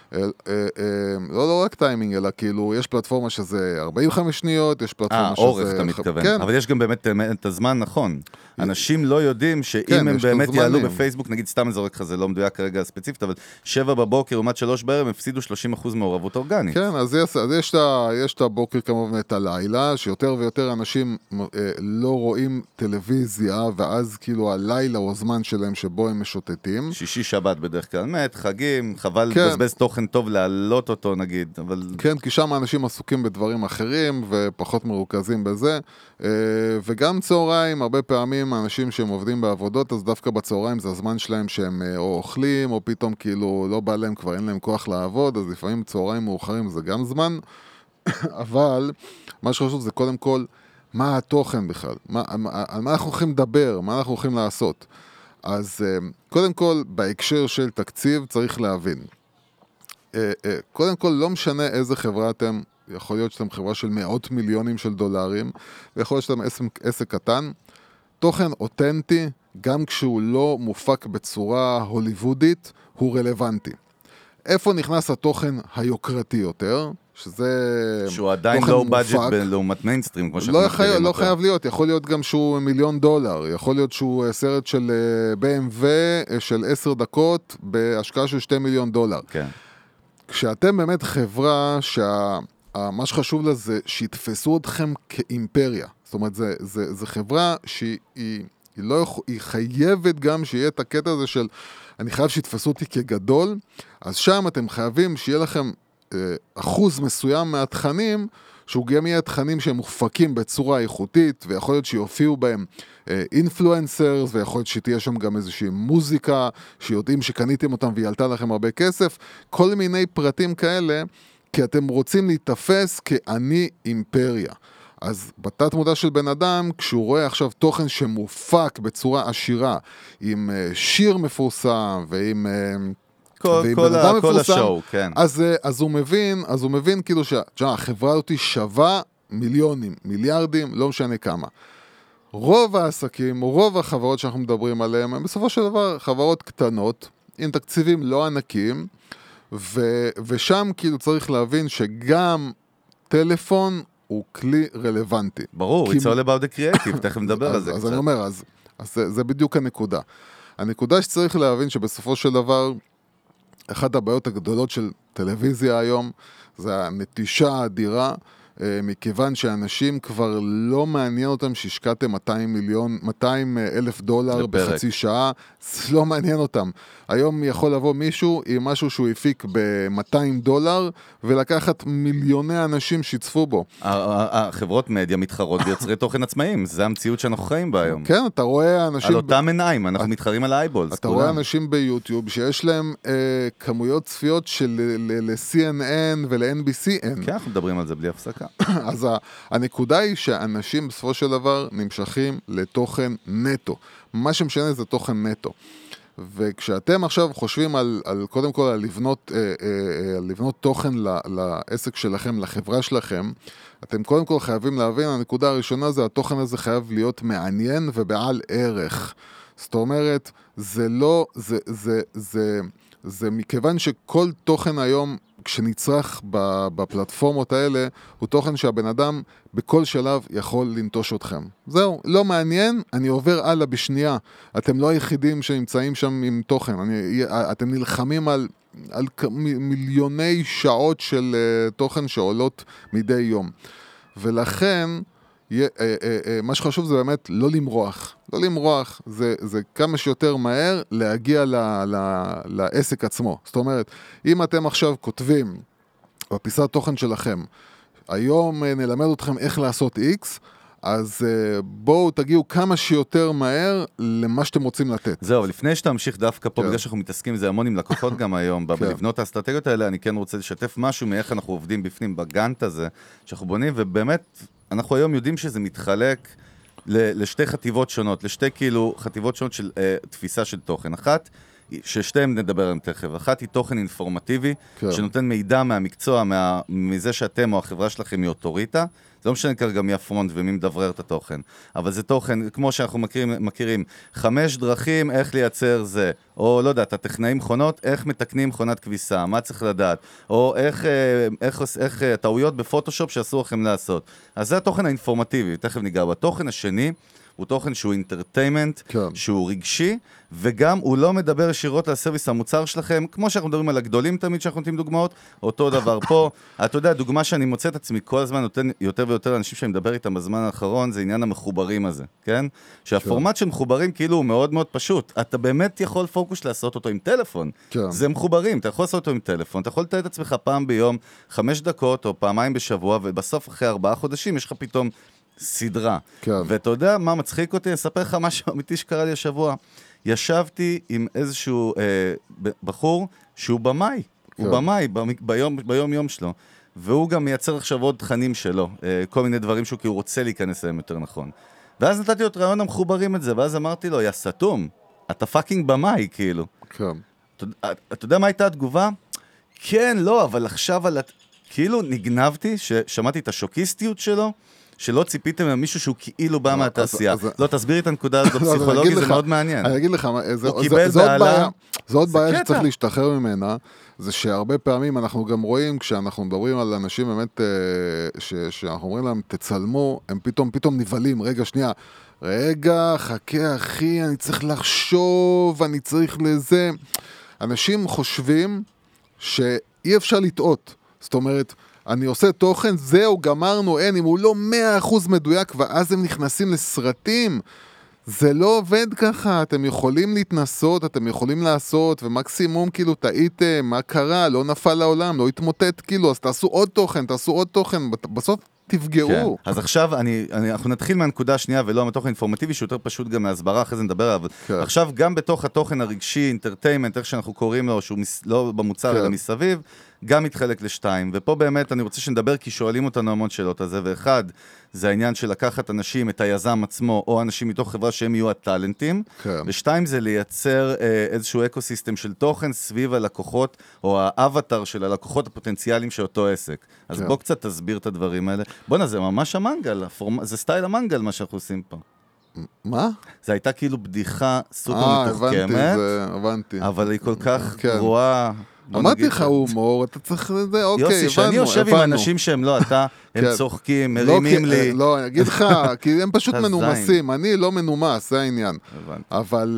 לא רק טיימינג, אלא כאילו, יש פלטפורמה שזה 45 שניות, יש פלטפורמה שזה... אורך אתה מתכוון, אבל יש גם באמת את הזמן נכון. אנשים לא יודעים שאם הם באמת יעלו בפייסבוק, נגיד סתם זורק לך, זה לא מדויק כרגע ספציפית, אבל 7 בבוקר לעומת 3 בערב, הפסידו 30% מעורבות אורגנית. כן, אז יש את הבוקר כמובן את הלילה, שיותר ויותר אנשים לא רואים טלוויזיה, ואז כאילו הלילה הוא הזמן שלהם שבו הם משוטטים. שישי שבת בדרך כלל, מת, חגים, חבל לבזבז תוכן טוב להעלות אותו נגיד, אבל... כן, כי שם אנשים עסוקים בדברים אחרים ופחות מרוכזים בזה, וגם צהריים, הרבה פעמים האנשים שהם עובדים בעבודות, אז דווקא בצהריים זה הזמן שלהם שהם או אוכלים, או פתאום כאילו לא בא להם, כבר אין להם כוח לעבוד, אז לפעמים צהריים מאוחרים זה גם זמן, אבל מה שחשוב זה קודם כל, מה התוכן בכלל? על מה אנחנו הולכים לדבר? מה אנחנו הולכים לעשות? אז קודם כל, בהקשר של תקציב צריך להבין. קודם כל, לא משנה איזה חברה אתם, יכול להיות שאתם חברה של מאות מיליונים של דולרים, ויכול להיות שאתם עסק קטן, תוכן אותנטי, גם כשהוא לא מופק בצורה הוליוודית, הוא רלוונטי. איפה נכנס התוכן היוקרתי יותר? שהוא עדיין לא בדג'ט לעומת מיינסטרים, כמו שאנחנו מכירים אותו. לא חייב להיות, יכול להיות גם שהוא $1,000,000, יכול להיות שהוא סרט של BMW של 10 דקות, בהשקעה של $2,000,000. כן. כשאתם באמת חברה מה שחשוב לה זה שיתפסו אתכם כאימפריה. זאת אומרת, זה חברה שהיא היא חייבת גם שיהיה את הקטע הזה של, אני חייב שיתפסו אותי כגדול, אז שם אתם חייבים שיהיה לכם אחוז מסוים מהתכנים, שהוא גם יהיה תכנים שהם מופקים בצורה איכותית, ויכול להיות שיופיעו בהם אינפלואנסרס, ויכול להיות שתהיה שם גם איזושהי מוזיקה, שיודעים שקניתם אותם והיא עלתה לכם הרבה כסף, כל מיני פרטים כאלה, כי אתם רוצים להתאפס כאני אימפריה. אז בתת מודע של בן אדם, כשהוא רואה עכשיו תוכן שמופק בצורה עשירה, עם שיר מפורסם, ועם כל השואו, כן. אז הוא מבין כאילו שהחברה הזאת שווה מיליונים, מיליארדים, לא משנה כמה. רוב העסקים, רוב החברות שאנחנו מדברים עליהם, הם בסופו של דבר חברות קטנות, עם תקציבים לא ענקים, ושם כאילו צריך להבין שגם טלפון הוא כלי רלוונטי. ברור, it's all about the creative, תכף נדבר על זה קצת. אז אני אומר, אז זה בדיוק הנקודה. הנקודה שצריך להבין שבסופו של דבר, אחת הבעיות הגדולות של טלוויזיה היום, זה הנטישה האדירה, מכיוון שאנשים כבר לא מעניין אותם שהשקעתם 200,000 דולר בחצי שעה, זה לא מעניין אותם. היום יכול לבוא מישהו עם משהו שהוא הפיק ב$200 ולקחת מיליוני אנשים שיצפו בו. החברות מדיה מתחרות ביוצרי תוכן עצמאיים, זה המציאות שאנחנו חיים בה היום. כן, אתה רואה אנשים... על אותם עיניים, אנחנו מתחרים על האייבולס. אתה רואה אנשים ביוטיוב שיש להם כמויות צפיות של ל-CNN ול-NBC אין. כן, אנחנו מדברים על זה בלי הפסקה. אז הנקודה היא שאנשים בסופו של דבר נמשכים לתוכן נטו. מה שמשנה זה תוכן נטו. וכשאתם עכשיו חושבים קודם כל על לבנות תוכן לעסק שלכם, לחברה שלכם, אתם קודם כל חייבים להבין, הנקודה הראשונה זה התוכן הזה חייב להיות מעניין ובעל ערך. זאת אומרת, זה מכיוון שכל תוכן היום כשנצרך בפלטפורמות האלה, הוא תוכן שהבן אדם בכל שלב יכול לנטוש אתכם. זהו, לא מעניין, אני עובר הלאה בשנייה. אתם לא היחידים שנמצאים שם עם תוכן. אתם נלחמים על מיליוני שעות של תוכן שעולות מדי יום. ולכן, מה שחשוב זה באמת לא למרוח. לא למרוח, זה כמה שיותר מהר להגיע לעסק עצמו. זאת אומרת, אם אתם עכשיו כותבים בפיסת תוכן שלכם, היום נלמד אתכם איך לעשות X, אז בואו תגיעו כמה שיותר מהר למה שאתם רוצים לתת. זהו, לפני שתמשיך דווקא פה, בגלל שאנחנו מתעסקים זה המון עם לקוחות גם היום, בלבנות האסטרטגיות האלה, אני כן רוצה לשתף משהו מאיך אנחנו עובדים בפנים בגנט הזה, שאנחנו בונים, ובאמת, אנחנו היום יודעים שזה מתחלק לשתי חטיבות שונות, לשתי כאילו חטיבות שונות של תפיסה של תוכן. אחת, ששתיהם נדבר עליהם תכף. אחת היא תוכן אינפורמטיבי, שנותן מידע מהמקצוע, מזה שאתם או החברה שלכם היא אוטוריטה. זה לא משנה כרגע מי הפרונט ומי מדברר את התוכן. אבל זה תוכן, כמו שאנחנו מכירים 5 דרכים איך לייצר זה. או לא יודעת, הטכנאים מכונות, איך מתקנים מכונת כביסה, מה צריך לדעת. או איך טעויות בפוטושופ שאסור לכם לעשות. אז זה התוכן האינפורמטיבי, תכף ניגע. בתוכן השני, הוא תוכן שהוא אינטרטיימנט, שהוא רגשי, וגם הוא לא מדבר ישירות על הסרוויס המוצר שלכם, כמו שאנחנו מדברים על הגדולים תמיד שאנחנו נותנים דוגמאות, אותו דבר פה. אתה יודע, דוגמה שאני מוצא את עצמי כל הזמן נותן יותר ויותר אנשים שאני מדבר איתם בזמן האחרון, זה עניין המחוברים הזה, כן? שהפורמט של מחוברים כאילו הוא מאוד מאוד פשוט. אתה באמת יכול פוקוס לעשות אותו עם טלפון. זה מחוברים, אתה יכול לעשות אותו עם טלפון, אתה יכול לתת את עצמך פעם ביום, 5 דקות או פעמיים בשבוע, ובסוף אחרי 4 חודשים יש לך פתאום סדרה. ואתה יודע מה מצחיק אותי? אני אספר לך משהו אמיתי שקרה לי השבוע. ישבתי עם איזשהו בחור שהוא במאי. הוא במאי ביום יום שלו. והוא גם מייצר עכשיו עוד תכנים שלו. כל מיני דברים שהוא כאילו רוצה להיכנס אליהם יותר נכון. ואז נתתי לו את רעיון המחוברים את זה, ואז אמרתי לו, יא סתום, אתה פאקינג במאי, כאילו. אתה יודע מה הייתה התגובה? כן, לא, אבל עכשיו כאילו נגנבתי, ששמעתי את השוקיסטיות שלו, שלא ציפיתם ממישהו שהוא כאילו בא מהתעשייה. לא, תסבירי את הנקודה הזאת בפסיכולוגיה, זה מאוד מעניין. אני אגיד לך, זו עוד בעיה שצריך להשתחרר ממנה, זה שהרבה פעמים אנחנו גם רואים, כשאנחנו מדברים על אנשים באמת, שאנחנו אומרים להם, תצלמו, הם פתאום נבלים, רגע, חכה אחי, אני צריך לחשוב, אני צריך לזה. אנשים חושבים שאי אפשר לטעות. זאת אומרת, אני עושה תוכן, זהו, גמרנו, אין, אם הוא לא 100% מדויק, ואז הם נכנסים לסרטים, זה לא עובד ככה, אתם יכולים להתנסות, אתם יכולים לעשות, ומקסימום כאילו טעיתם, מה קרה, לא נפל לעולם, לא התמוטט כאילו, אז תעשו עוד תוכן, בסוף תפגעו. כן. אז עכשיו אנחנו נתחיל מהנקודה השנייה, ולא מהתוכן אינפורמטיבי, שיותר פשוט גם מהסברה, אחרי זה נדבר עליו. כן. עכשיו גם בתוך התוכן הרגשי, אינטרטיימנט, איך שאנחנו קוראים לו, שהוא לא במוצר, כן. אלא מסביב, גם מתחלק לשתיים, ופה באמת אני רוצה שנדבר, כי שואלים אותנו המון שאלות על זה, ואחד, זה העניין של לקחת אנשים, את היזם עצמו, או אנשים מתוך חברה שהם יהיו הטלנטים, כן. ושתיים, זה לייצר איזשהו אקוסיסטם של תוכן סביב הלקוחות, או האבטר של הלקוחות הפוטנציאליים של אותו עסק. אז כן. בוא קצת תסביר את הדברים האלה. בוא'נה, זה ממש המנגל, זה סטייל המנגל מה שאנחנו עושים פה. מה? זה הייתה כאילו בדיחה סופר מתוחכמת, הבנתי. אבל היא כל כך גרועה. אמרתי לך הומור, אתה צריך לזה, אוקיי, יוסי, שאני יושב עם אנשים שהם לא, אתה, הם צוחקים, מרימים לי. לא, אני אגיד לך, כי הם פשוט מנומסים, אני לא מנומס, זה העניין. אבל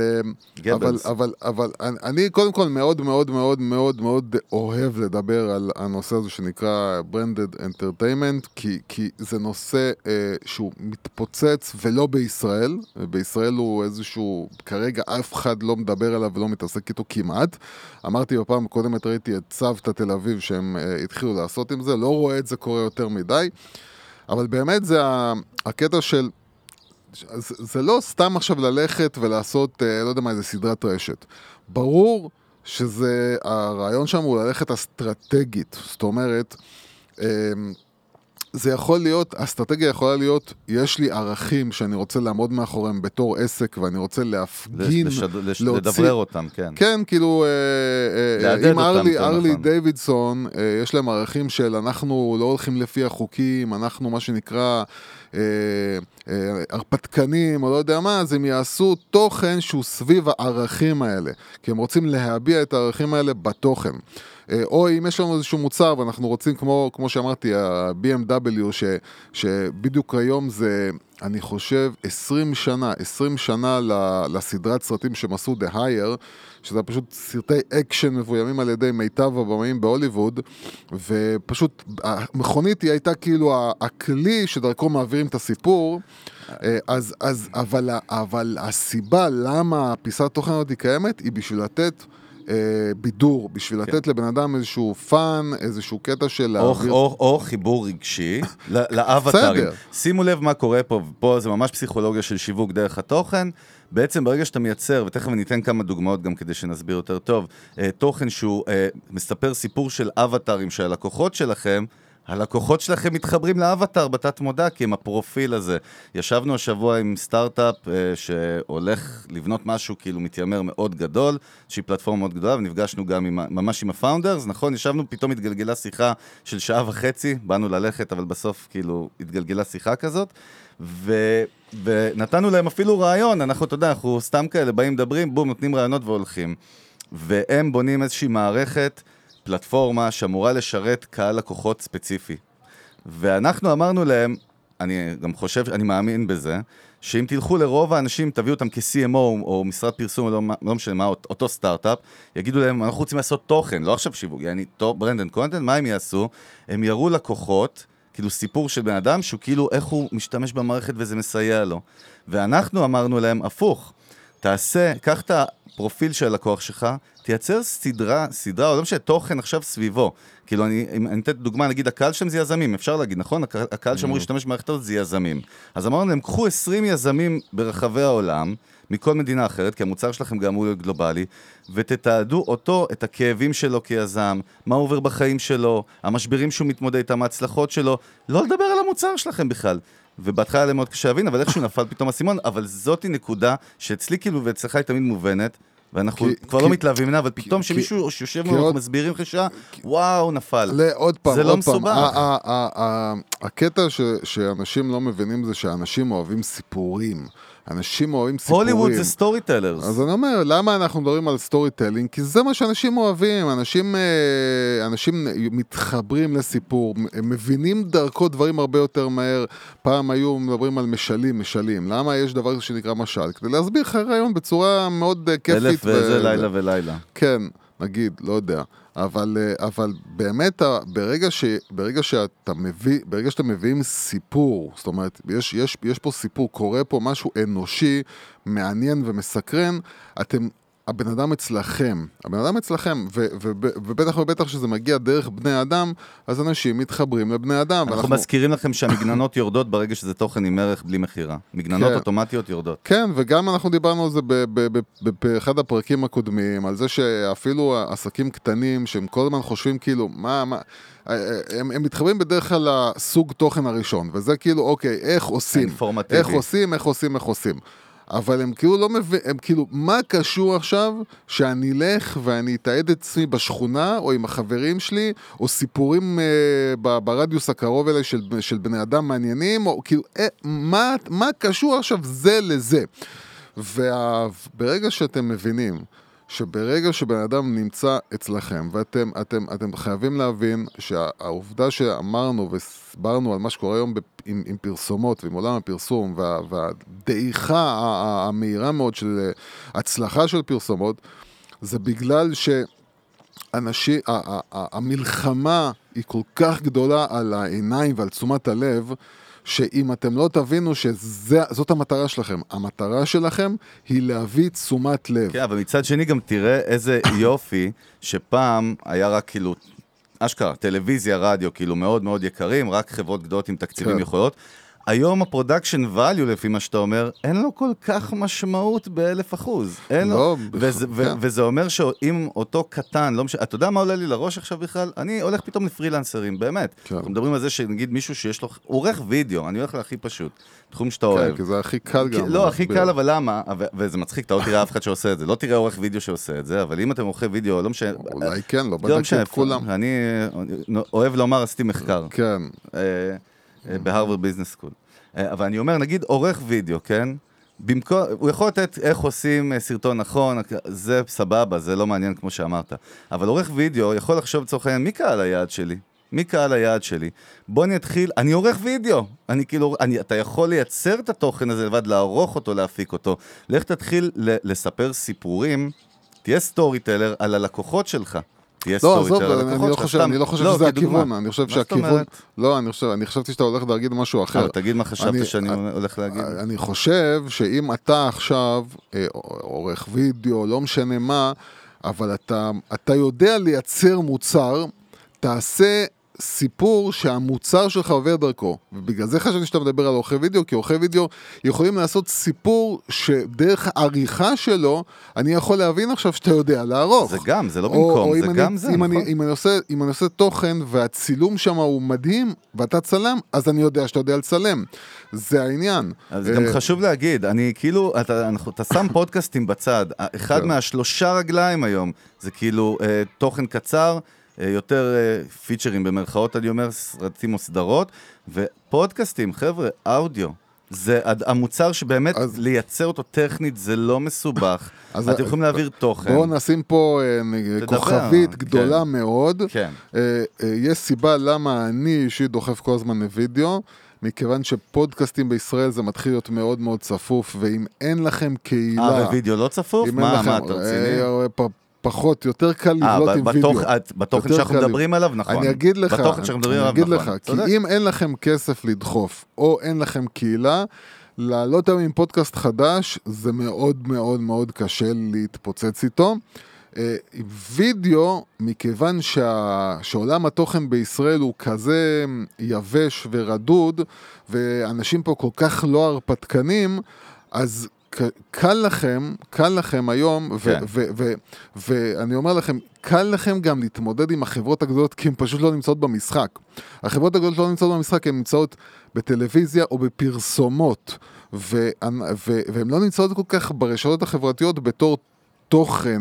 אני קודם כל מאוד מאוד מאוד מאוד מאוד אוהב לדבר על הנושא הזה שנקרא Branded Entertainment, כי זה נושא שהוא מתפוצץ ולא בישראל, בישראל הוא איזשהו, כרגע אף אחד לא מדבר עליו ולא מתעסק איתו כמעט. אמרתי בפעם קודמת, ראיתי את צוותא תל אביב שהם התחילו לעשות עם זה, לא רואה את זה קורה יותר מדי, אבל באמת זה הקטע של, זה לא סתם עכשיו ללכת ולעשות, לא יודע מה, איזה סדרת רשת. ברור שזה, הרעיון שם הוא ללכת אסטרטגית, זאת אומרת, זה יכול להיות, האסטרטגיה יכולה להיות, יש לי ערכים שאני רוצה לעמוד מאחוריהם בתור עסק, ואני רוצה להפגין, לדברר אותם, כן. כן, כאילו, עם ארלי דיווידסון, יש להם ערכים של אנחנו לא הולכים לפי החוקים, אנחנו מה שנקרא הרפתקנים, או לא יודע מה, אז הם יעשו תוכן שהוא סביב הערכים האלה, כי הם רוצים להביע את הערכים האלה בתוכן. או אם יש לנו איזשהו מוצר ואנחנו רוצים, כמו שאמרתי, ה-BMW, שבדיוק היום זה, אני חושב, 20 שנה לסדרת סרטים שהם עשו The Hire, שזה פשוט סרטי אקשן מבוימים על ידי מיטב הבמאים בהוליווד, ופשוט המכונית היא הייתה כאילו הכלי שדרכו מעבירים את הסיפור, אבל הסיבה למה הפיסת תוכן הזאת היא קיימת, היא בשביל לתת בידור, בשביל לתת לבן אדם איזשהו פן, איזשהו קטע של או חיבור רגשי לאבטרים. שימו לב מה קורה פה, פה זה ממש פסיכולוגיה של שיווק דרך התוכן. בעצם ברגע שאתה מייצר, ותכף ניתן כמה דוגמאות גם כדי שנסביר יותר טוב, תוכן שהוא מספר סיפור של אבטרים של הלקוחות שלכם, הלקוחות שלכם מתחברים לאבטר בתת מודע, כי הם הפרופיל הזה. ישבנו השבוע עם סטארט-אפ שהולך לבנות משהו כאילו מתיימר מאוד גדול, שהיא פלטפורמה מאוד גדולה, ונפגשנו גם ממש עם הפאונדרס, נכון? ישבנו, פתאום התגלגלה שיחה של 1.5 שעות, באנו ללכת, אבל בסוף כאילו התגלגלה שיחה כזאת, ונתנו להם אפילו רעיון, אנחנו, אתה יודע, אנחנו סתם כאלה באים מדברים, בום, נותנים רעיונות והולכים. והם בונים איזושהי מערכת, פלטפורמה שאמורה לשרת קהל לקוחות ספציפי. ואנחנו אמרנו להם, אני גם חושב, אני מאמין בזה, שאם תלכו לרוב האנשים, תביאו אותם כ-CMO או משרד פרסום, לא משנה מה, אותו סטארט-אפ, יגידו להם, אנחנו רוצים לעשות תוכן, לא עכשיו שיווק, יעני, ברנד קונטנט, מה הם יעשו? הם יראו לקוחות, כאילו סיפור של בן אדם, שהוא כאילו איך הוא משתמש במערכת וזה מסייע לו. ואנחנו אמרנו להם, הפוך, קח את הפרופיל של הלקוח שלך, תייצר סדרה, או לא משנה, תוכן עכשיו סביבו. כאילו, אני אתן דוגמה, נגיד, הקהל שם זה יזמים, אפשר להגיד, נכון? הקהל שאמור להשתמש במערכת הזאת זה יזמים. אז אמרנו להם, קחו 20 יזמים ברחבי העולם, מכל מדינה אחרת, כי המוצר שלכם גם הוא גלובלי, ותתעדו אותו, את הכאבים שלו כיזם, מה עובר בחיים שלו, המשברים שהוא מתמודד איתם, ההצלחות שלו, לא לדבר על המוצר שלכם בכלל. ובהתחלה היה מאוד קשה להבין, אבל איכשהו נפל פתאום הסימון, אבל זאתי נקודה שאצלי כאילו ואצלך היא תמיד מובנת, ואנחנו כבר לא מתלהבים ממנה, אבל פתאום שמישהו שיושב ואנחנו מסבירים חשעה, וואו, נפל. עוד פעם, זה לא מסובך. הקטע שאנשים לא מבינים זה שאנשים אוהבים סיפורים. אנשים אוהבים סיפורים. הוליווד זה סטורי טלרס. אז אני אומר, למה אנחנו מדברים על סטורי טלינג? כי זה מה שאנשים אוהבים. אנשים מתחברים לסיפור, הם מבינים דרכו דברים הרבה יותר מהר. פעם היו מדברים על משלים. למה יש דבר שנקרא משל? כדי להסביר לך רעיון בצורה מאוד כיפית. אלף וזה לילה ולילה. כן. נגיד, לא יודע, אבל באמת, ברגע שאתה מביאים סיפור, זאת אומרת, יש פה סיפור, קורה פה משהו אנושי, מעניין ומסקרן, הבן אדם אצלכם, ובטח ובטח שזה מגיע דרך בני אדם, אז אנשים מתחברים לבני אדם. אנחנו מזכירים לכם שהמגננות יורדות ברגע שזה תוכן עם ערך בלי מחירה. מגננות אוטומטיות יורדות. כן, וגם אנחנו דיברנו על זה באחד הפרקים הקודמים, על זה שאפילו עסקים קטנים, שהם כל הזמן חושבים כאילו, הם מתחברים בדרך כלל לסוג תוכן הראשון, וזה כאילו, אוקיי, איך עושים? איך עושים? אבל הם כאילו לא הם כאילו, מה קשור עכשיו שאני אלך ואני אתעד את עצמי בשכונה, או עם החברים שלי, או סיפורים ברדיוס הקרוב אליי של בני אדם מעניינים, או כאילו, מה קשור עכשיו זה לזה? וברגע שאתם מבינים, שברגע שבן אדם נמצא אצלכם, ואתם חייבים להבין שהעובדה שאמרנו והסברנו על מה שקורה היום עם פרסומות ועם עולם הפרסום, והדעיכה המהירה מאוד של הצלחה של פרסומות, זה בגלל שאנשים, המלחמה היא כל כך גדולה על העיניים ועל תשומת הלב, שאם אתם לא תבינו שזאת המטרה שלכם, המטרה שלכם היא להביא תשומת לב. כן, אבל מצד שני גם תראה איזה יופי, שפעם היה רק כאילו, אשכרה, טלוויזיה, רדיו, כאילו מאוד מאוד יקרים, רק חברות גדולות עם תקציבים יכולות. היום הפרודקשן ואליו, לפי מה שאתה אומר, אין לו כל כך משמעות ב1,000%. לא, וזה אומר שאם אותו קטן, לא משנה, אתה יודע מה עולה לי לראש עכשיו בכלל? אני הולך פתאום לפרילנסרים, באמת. אנחנו מדברים על זה שנגיד מישהו שיש לו, עורך וידאו, אני הולך להכי פשוט, תחום שאתה אוהב. כן, כי זה הכי קל גם. לא, הכי קל, אבל למה? וזה מצחיק, אתה לא תראה אף אחד שעושה את זה. לא תראה עורך וידאו שעושה את זה, אבל אם אתם עורכי וידאו, לא משנה. אולי כן, לא בדקתי את כולם. אני אוהב לומר, עשיתי מחקר. כן. בהרווארד ביזנס סקול. אבל אני אומר, נגיד עורך וידאו, כן? הוא יכול לתת איך עושים סרטון נכון, זה סבבה, זה לא מעניין כמו שאמרת. אבל עורך וידאו יכול לחשוב לצורך העניין, מי קהל היעד שלי? בוא נתחיל, אני עורך וידאו. אתה יכול לייצר את התוכן הזה לבד, לערוך אותו, להפיק אותו. לך תתחיל לספר סיפורים, תהיה סטורי טלר על הלקוחות שלך. לא, עזוב, אני לא חושב שזה הכיוון, אני חושב שהכיוון, לא, אני חשבתי שאתה הולך להגיד משהו אחר. תגיד מה חשבת שאני הולך להגיד. אני חושב שאם אתה עכשיו עורך וידאו, לא משנה מה, אבל אתה יודע לייצר מוצר, תעשה סיפור שהמוצר שלך עובר דרכו, ובגלל זה חשבתי שאתה מדבר על עורכי וידאו, כי עורכי וידאו יכולים לעשות סיפור שדרך העריכה שלו, אני יכול להבין עכשיו שאתה יודע לערוך. זה גם, זה לא במקום, זה גם זה, נכון. אם אני עושה תוכן, והצילום שם הוא מדהים, ואתה צלם, אז אני יודע שאתה יודע לצלם. זה העניין. אז גם חשוב להגיד, אני כאילו, אתה שם פודקאסטים בצד, אחד מה3 רגליים היום, זה כאילו תוכן קצר, יותר פיצ'רים במרכאות, אני אומר, סרטים או סדרות, ופודקאסטים, חבר'ה, אודיו. זה המוצר שבאמת לייצר אותו טכנית, זה לא מסובך. אתם יכולים להעביר תוכן. בואו נשים פה כוכבית גדולה מאוד. יש סיבה למה אני אישית דוחף כל הזמן לוידאו, מכיוון שפודקאסטים בישראל זה מתחיל להיות מאוד מאוד צפוף, ואם אין לכם קהילה... ווידאו לא צפוף? מה, אתה רציני? פחות, יותר קל לבלוט עם וידאו. בתוכן שאנחנו מדברים עליו, נכון. אני אגיד לך, כי אם אין לכם כסף לדחוף, או אין לכם קהילה, לעלות עם פודקאסט חדש, זה מאוד מאוד מאוד קשה להתפוצץ איתו. וידאו, מכיוון שעולם התוכן בישראל הוא כזה יבש ורדוד, ואנשים פה כל כך לא הרפתקנים, אז קל לכם היום, ואני אומר לכם, קל לכם גם להתמודד עם החברות הגדולות, כי הן פשוט לא נמצאות במשחק. החברות הגדולות לא נמצאות במשחק, הן נמצאות בטלוויזיה או בפרסומות, והן לא נמצאות כל כך ברשתות החברתיות בתור תוכן,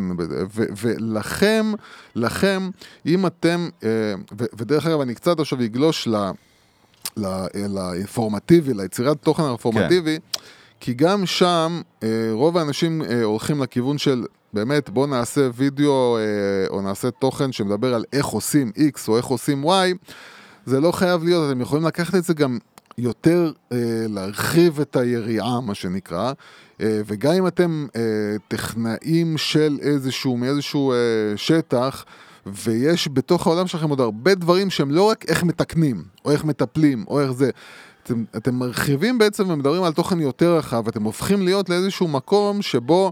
ולכם, אם אתם, ודרך אגב, אני קצת עכשיו אגלוש לאינפורמטיבי, ליצירת תוכן הרפורמטיבי, כי גם שם רוב האנשים הולכים לכיוון של באמת בוא נעשה וידאו או נעשה תוכן שמדבר על איך עושים X או איך עושים Y. זה לא חייב להיות, אתם יכולים לקחת את זה גם יותר להרחיב את היריעה, מה שנקרא, וגם אם אתם טכנאים של מאיזשהו שטח, ויש בתוך העולם שלכם עוד הרבה דברים שהם לא רק איך מתקנים, או איך מטפלים, או איך זה. אתם מרחיבים בעצם ומדברים על תוכן יותר רחב, אתם הופכים להיות לאיזשהו מקום שבו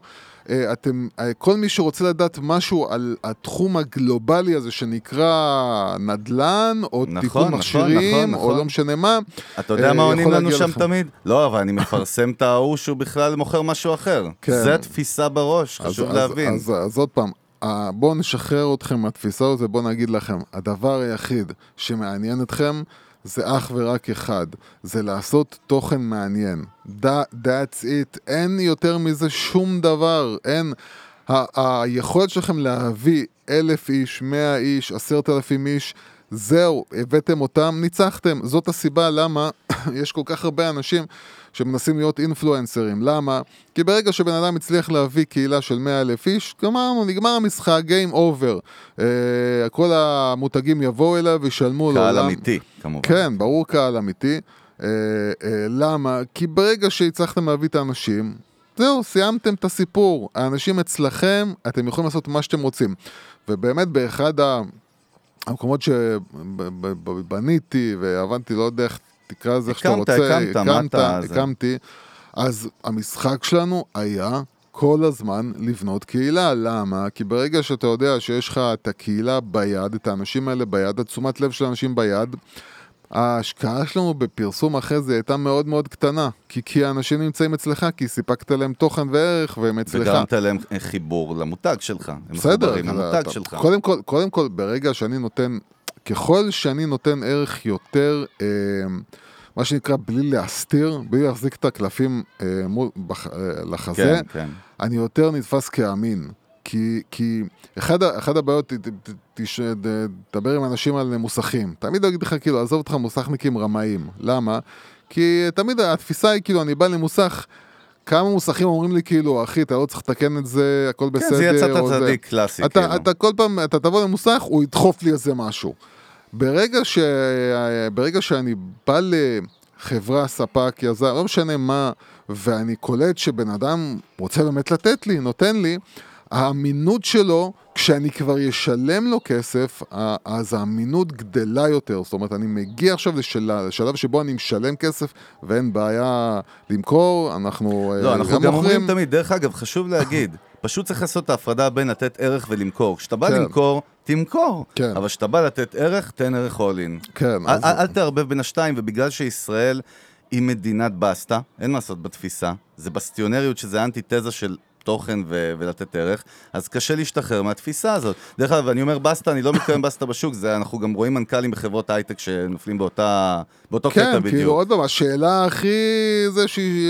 כל מי שרוצה לדעת משהו על התחום הגלובלי הזה שנקרא נדל"ן, או תיקון מכשירים, או לא משנה מה. אתה יודע מה עונים לנו שם תמיד? לא, אבל אני מפרסם את ההוא שהוא בכלל מוכר משהו אחר. זה תפיסה בראש, חשוב להבין. אז עוד פעם, בואו נשחרר אתכם מהתפיסה הזאת, בואו נגיד לכם, הדבר היחיד שמעניין אתכם, זה אך ורק אחד, זה לעשות תוכן מעניין. That's it. אין יותר מזה שום דבר. אין. היכולת שלכם להביא 1,000 איש, 100 איש, 10,000 איש, זהו, הבאתם אותם, ניצחתם. זאת הסיבה למה יש כל כך הרבה אנשים שמנסים להיות אינפלואנסרים. למה? כי ברגע שבן אדם הצליח להביא קהילה של 100,000 איש, נגמר המשחק, game over. כל המותגים יבואו אליו וישלמו לו. קהל אמיתי, כמובן. כן, ברור קהל אמיתי. למה? כי ברגע שהצלחתם להביא את האנשים, זהו, סיימתם את הסיפור. האנשים אצלכם, אתם יכולים לעשות מה שאתם רוצים. ובאמת באחד המקומות שבניתי ועבדתי, לא יודע איך תקרא לזה שאתה רוצה, הקמתי, אז המשחק שלנו היה כל הזמן לבנות קהילה. למה? כי ברגע שאתה יודע שיש לך את הקהילה ביד, את האנשים האלה ביד, את תשומת לב של האנשים ביד, ההשקעה שלנו בפרסום אחרי זה הייתה מאוד מאוד קטנה, כי האנשים נמצאים אצלך, כי סיפקת להם תוכן וערך והם אצלך. וגרמת להם חיבור למותג שלך. בסדר. למותג שלך. קודם כל, ברגע שאני נותן, ככל שאני נותן ערך יותר, מה שנקרא בלי להסתיר, בלי להחזיק את הקלפים לחזה, כן. אני יותר נתפס כאמין. כי אחד הבעיות, תדבר עם אנשים על מוסכים. תמיד אגיד לך, כאילו, עזוב אותך מוסכניקים רמאים. למה? כי תמיד התפיסה היא, כאילו, אני בא למוסך, כמה מוסכים אומרים לי, כאילו, אחי, אתה לא צריך לתקן את זה, הכל בסדר. כן, זה יצאת צדיק קלאסי. אתה כל פעם, אתה תבוא למוסך, הוא ידחוף לי איזה משהו. ברגע שאני בא לחברה, ספק, יזם, לא משנה מה, ואני קולט שבן אדם רוצה באמת לתת לי, נותן לי, האמינות שלו, כשאני כבר ישלם לו כסף, אז האמינות גדלה יותר. זאת אומרת, אני מגיע עכשיו לשלב שבו אני משלם כסף, ואין בעיה למכור, אנחנו גם אומרים תמיד, דרך אגב, חשוב להגיד, פשוט צריך לעשות את ההפרדה בין לתת ערך ולמכור. כשאתה בא למכור, תמכור. אבל כשאתה בא לתת ערך, תן ערך all-in. אל תערבב בין השתיים, ובגלל שישראל היא מדינת בסטה, אין מה לעשות בתפיסה, זה בסטיונריות שזה אנטי-תזה של תוכן ולתת ערך, אז קשה להשתחרר מהתפיסה הזאת. דרך אגב, אני אומר בסטה, אני לא מתכוון בסטה בשוק, אנחנו גם רואים מנכ"לים בחברות הייטק שנופלים באותו קטע בדיוק. כן, כאילו עוד פעם, השאלה הכי זה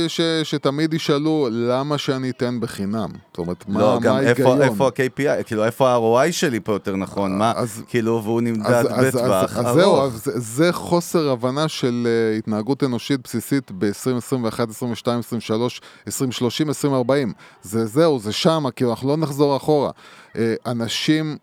שתמיד ישאלו, למה שאני אתן בחינם? זאת אומרת, מה ההיגיון? איפה ה-KPI? כאילו, איפה ה-ROI שלי פה יותר נכון? מה? כאילו, והוא נמדד בטווח. אז זהו, זה חוסר הבנה של התנהגות אנושית בסיסית ב-2021, 2022, 2023, 2030, 2040. זהו, זה שם, כי אנחנו לא נחזור אחורה. אנשים,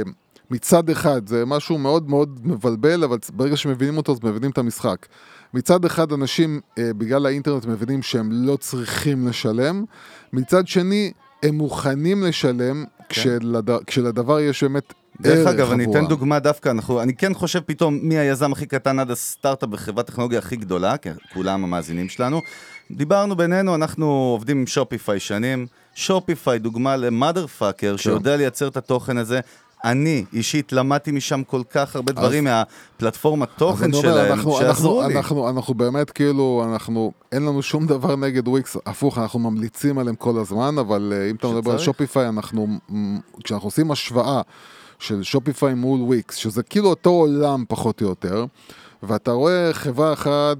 מצד אחד, זה משהו מאוד מאוד מבלבל, אבל ברגע שמבינים אותו, אז מבינים את המשחק. מצד אחד, אנשים, בגלל האינטרנט, מבינים שהם לא צריכים לשלם. מצד שני, הם מוכנים לשלם, כשלדבר יש באמת דרך אגב, אני אתן דוגמה דווקא, אני כן חושב פתאום מי היזם הכי קטן עד הסטארט-אפ בחברת טכנולוגיה הכי גדולה, כי כולם המאזינים שלנו. דיברנו בינינו, אנחנו עובדים עם שופיפיי שנים, שופיפיי דוגמה למאדר פאקר שיודע לייצר את התוכן הזה. אני אישית למדתי משם כל כך הרבה דברים מהפלטפורמת תוכן שלהם שעזרו לי. אנחנו באמת כאילו, אין לנו שום דבר נגד וויקס, הפוך, אנחנו ממליצים עליהם כל הזמן, אבל אם אתה מדבר על שופיפיי, כשאנחנו עושים השוואה של שופיפיי מול וויקס, שזה כאילו אותו עולם פחות או יותר, ואתה רואה חברה אחת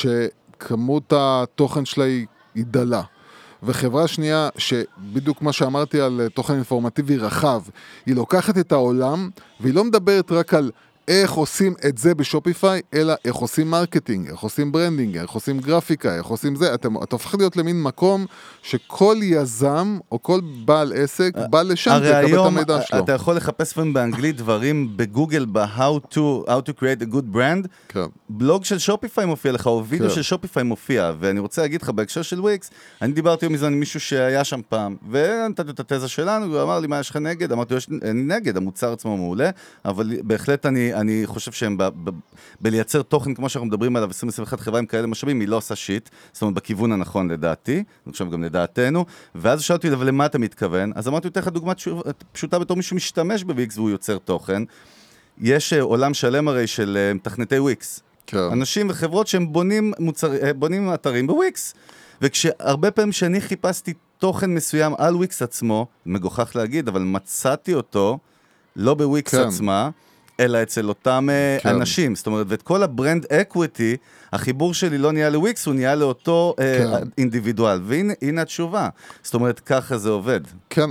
שכמות התוכן שלה היא דלה, וחברה שנייה שבדיוק מה שאמרתי על תוכן אינפורמטיבי רחב, היא לוקחת את העולם, והיא לא מדברת רק על איך עושים את זה בשופיפיי, אלא איך עושים מרקטינג, איך עושים ברנדינג, איך עושים גרפיקה, איך עושים זה. אתה הופך להיות למין מקום שכל יזם או כל בעל עסק בא לשם לקבל את המידע שלו. אתה יכול לחפש פעם באנגלית דברים בגוגל ב-How to create a good brand. כן. בלוג של שופיפיי מופיע לך, או וידאו של שופיפיי מופיע, ואני רוצה להגיד לך בהקשר של וויקס, אני דיברתי מזמן עם מישהו שהיה שם פעם, ונתתי את התזה שלנו, הוא אמר לי, מה יש לך נגד? אמרתי, אני נגד, המוצר עצמו מעולה, אבל בהחלט אני חושב שהם בלייצר תוכן, כמו שאנחנו מדברים עליו, 2021 חברה עם כאלה משאבים, היא לא עושה שיט, זאת אומרת, בכיוון הנכון לדעתי, אני חושב גם לדעתנו, ואז שאלתי למה אתה מתכוון, אז אמרתי, תלך דוגמה פשוטה בתור מישהו משתמש בוויקס והוא יוצר תוכן. יש עולם שלם הרי של מתכנתי וויקס. כן. אנשים וחברות שהם בונים אתרים בוויקס. וכשהרבה פעמים שאני חיפשתי תוכן מסוים על וויקס עצמו, מגוחך להגיד, אבל מצאתי אותו, לא בוויקס עצמה, אלא אצל אותם אנשים. זאת אומרת, ואת כל הברנד אקוויטי, החיבור שלי לא נהיה לוויקס, הוא נהיה לאותו אינדיבידואל. והנה התשובה. זאת אומרת, ככה זה עובד. כן,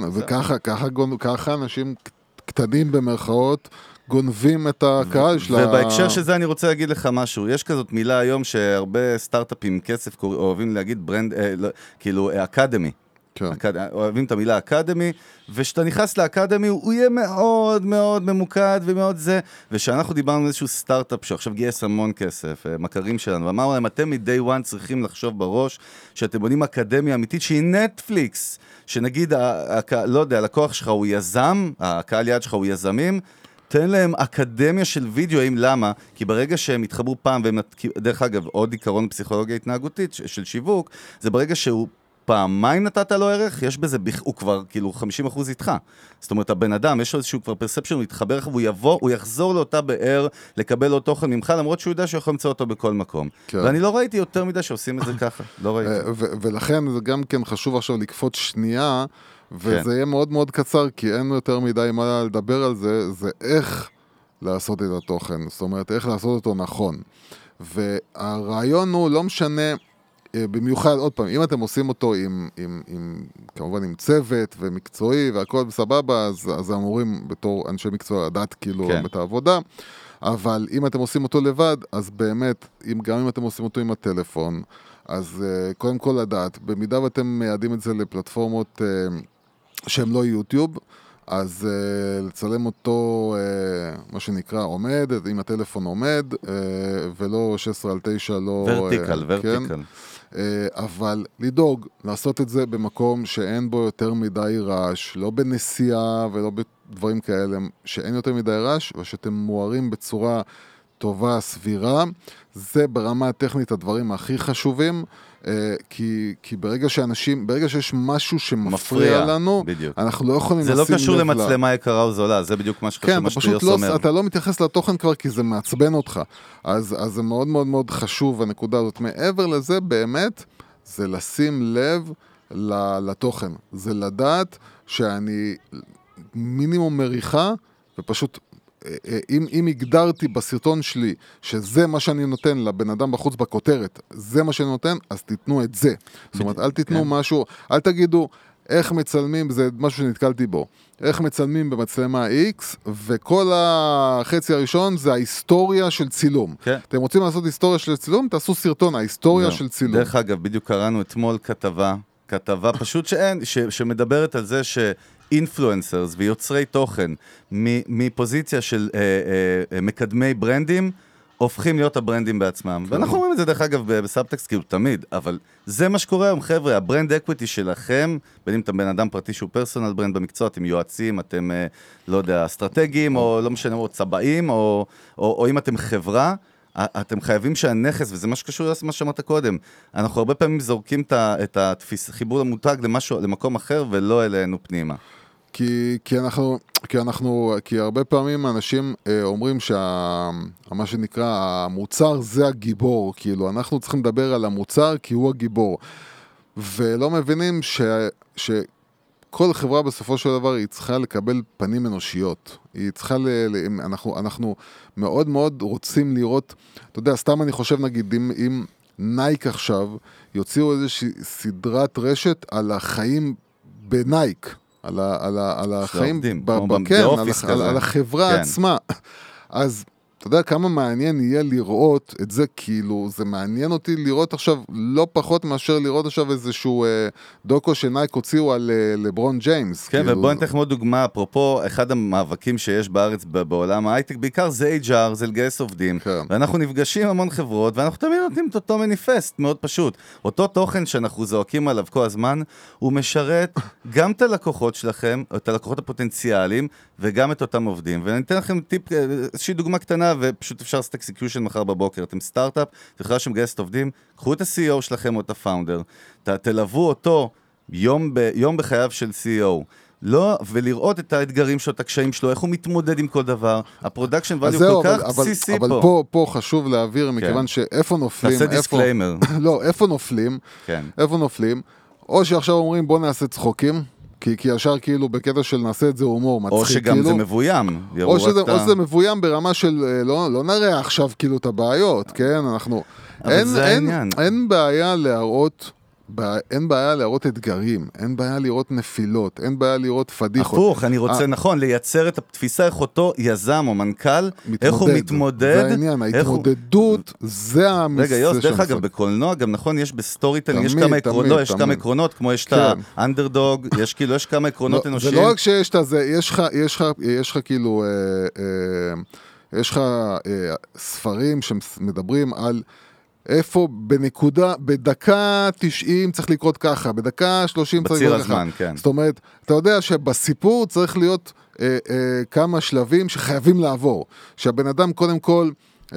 וככה אנשים קטנים במרכאות, גונבים את הקהל שלה. ובהקשר שזה אני רוצה להגיד לך משהו. יש כזאת מילה היום שהרבה סטארט-אפים עם כסף אוהבים להגיד ברנד, כאילו אקדמי. אוהבים את המילה אקדמי, ושאתה נכנס לאקדמי, הוא יהיה מאוד מאוד ממוקד ומאוד זה, ושאנחנו דיברנו על איזשהו סטארט-אפ שעכשיו גייס המון כסף, מכרים שלנו, ואמרנו להם, אתם מ-day one צריכים לחשוב בראש, שאתם בונים אקדמיה אמיתית שהיא נטפליקס, שנגיד, לא יודע, הלקוח שלך הוא יזם, הקהל יעד שלך הוא יזמים, תן להם אקדמיה של וידאוים, למה? כי ברגע שהם יתחברו פעם, דרך אגב, עוד עיקרון פסיכולוגיה התנהגותית של שיווק, זה ברגע שהוא פעמיים נתת לו ערך, יש בזה, הוא כבר כאילו 50% איתך. זאת אומרת, הבן אדם, יש לו איזשהו כבר פרספשן, הוא יתחבר לך, והוא יבוא, הוא יחזור לאותה באר, לקבל לו תוכן ממך, למרות שהוא יודע שהוא יכול למצוא אותו בכל מקום. כן. ואני לא ראיתי יותר מדי שעושים את זה ככה. לא ראיתי. ולכן זה גם כן חשוב עכשיו לקפוץ שנייה, וזה יהיה מאוד מאוד קצר, כי אין יותר מדי מה לדבר על זה, זה איך לעשות את התוכן. זאת אומרת, איך לעשות אותו נכון. והרעיון הוא לא משנה, במיוחד, עוד פעם, אם אתם עושים אותו כמובן עם צוות ומקצועי והכל בסבבה, אז אמורים בתור אנשי מקצוע לדעת כאילו את העבודה, אבל אם אתם עושים אותו לבד, אז באמת, גם אם אתם עושים אותו עם הטלפון, אז קודם כל לדעת, במידה ואתם מייעדים את זה לפלטפורמות שהם לא יוטיוב, אז לצלם אותו, מה שנקרא, עומד, אם הטלפון עומד, ולא 16:9, לא... ורטיקל. אבל לדאוג, לעשות את זה במקום שאין בו יותר מדי רעש, לא בנסיעה ולא בדברים כאלה, שאין יותר מדי רעש, ושאתם מוארים בצורה טובה, סבירה, זה ברמה הטכנית הדברים הכי חשובים, כי ברגע שיש משהו שמפריע לנו, בדיוק. אנחנו לא יכולים לשים לב. זה לא קשור למצלמה יקרה או זולה, זה בדיוק מה שחשוב, מה שטריוס אומר. אתה לא מתייחס לתוכן כבר כי זה מעצבן אותך, אז זה מאוד מאוד מאוד חשוב הנקודה הזאת. מעבר לזה באמת, זה לשים לב לתוכן, זה לדעת שאני מינימום מריחה, ופשוט אם הגדרתי בסרטון שלי שזה מה שאני נותן לבן אדם בחוץ בכותרת, זה מה שאני נותן, אז תיתנו את זה. זאת אומרת, אל תיתנו משהו, אל תגידו איך מצלמים, זה משהו שנתקלתי בו, איך מצלמים במצלמה X, וכל החצי הראשון זה ההיסטוריה של צילום. אתם רוצים לעשות היסטוריה של צילום, תעשו סרטון, ההיסטוריה של צילום. דרך אגב, בדיוק קראנו אתמול כתבה פשוט שמדברת על זה אינפלואנסרס ויוצרי תוכן מפוזיציה של מקדמי ברנדים הופכים להיות הברנדים בעצמם. ואנחנו אומרים את זה דרך אגב בסאבטקסט כאילו תמיד, אבל זה מה שקורה היום חבר'ה, הברנד אקוויטי שלכם, בין אם אתם בן אדם פרטי שהוא פרסונל ברנד במקצוע, אתם יועצים, אתם לא יודע, אסטרטגיים או לא משנה, או צבעים, או אם אתם חברה, אתם חייבים שהנכס, וזה מה שקשור למה שאמרת קודם, אנחנו הרבה פעמים זורקים את החיבור למותג למקום אחר ולא אלינו פנימה. כי הרבה פעמים אנשים אומרים מה שנקרא המוצר זה הגיבור, כאילו אנחנו צריכים לדבר על המוצר כי הוא הגיבור, ולא מבינים שכל חברה בסופו של דבר היא צריכה לקבל פנים אנושיות, היא צריכה, אנחנו מאוד מאוד רוצים לראות, אתה יודע, סתם אני חושב נגיד אם נייק עכשיו יוציאו איזושהי סדרת רשת על החיים בנייק, על החיים, על החברה עצמה, אז אתה יודע כמה מעניין יהיה לראות את זה, כאילו, זה מעניין אותי לראות עכשיו, לא פחות מאשר לראות עכשיו איזשהו דוקו שנייק הוציאו על לברון ג'יימס. כן, כאילו... ובוא נתך מאוד דוגמה, אפרופו, אחד המאבקים שיש בארץ בעולם ההייטק, בעיקר זה HR, זה לגייס עובדים, כן. ואנחנו נפגשים המון חברות, ואנחנו תמיד נותנים את אותו מניפסט, מאוד פשוט. אותו תוכן שאנחנו זועקים עליו כל הזמן, הוא משרת גם את הלקוחות שלכם, את הלקוחות הפוטנציאליים, וגם את אותם עובדים. ואני אתן לכם טיפ, איזושהי דוגמה קטנה, ופשוט אפשר לעשות אקסקיושן מחר בבוקר. אתם סטארט-אפ, תחלו שמגייסת עובדים, קחו את ה-CEO שלכם או את הפאונדר, תלוו אותו יום בחייו של CEO, לא, ולראות את האתגרים שלו, את הקשיים שלו, איך הוא מתמודד עם כל דבר. הפרודקשן ואליו כל כך בסיסי פה. אבל פה חשוב להעביר, מכיוון שאיפה נופלים... תעשה דיסקליימר. לא, איפה נופלים? איפה נופלים? או שעכשיו אומרים בוא נעשה צחוקים, כי ישר כאילו בקטע של נעשה את זה הומור מצחיק. או שגם זה מבוים. או שזה מבוים ברמה של לא נראה עכשיו כאילו את הבעיות, כן? אנחנו... אין בעיה להראות... אין בעיה לראות אתגרים, אין בעיה לראות נפילות, אין בעיה לראות פדיחות. הפוך, אני רוצה, נכון, לייצר את התפיסה איך אותו יזם או מנכ"ל, איך הוא מתמודד. זה העניין, ההתמודדות, זה המסע. רגע, יוס, דרך אגב, בקולנוע, גם נכון, יש בסטוריטלינג, יש כמה עקרונות, כמו יש את האנדרדוג, יש כמה עקרונות אנושיים. זה לא רק שיש את זה, יש לך כאילו, יש לך ספרים שמדברים על איפה בדקה 90 צריך לקרות ככה, בדקה 30 צריך לקרות ככה. כן. זאת אומרת, אתה יודע שבסיפור צריך להיות כמה שלבים שחייבים לעבור. שהבן אדם קודם כל,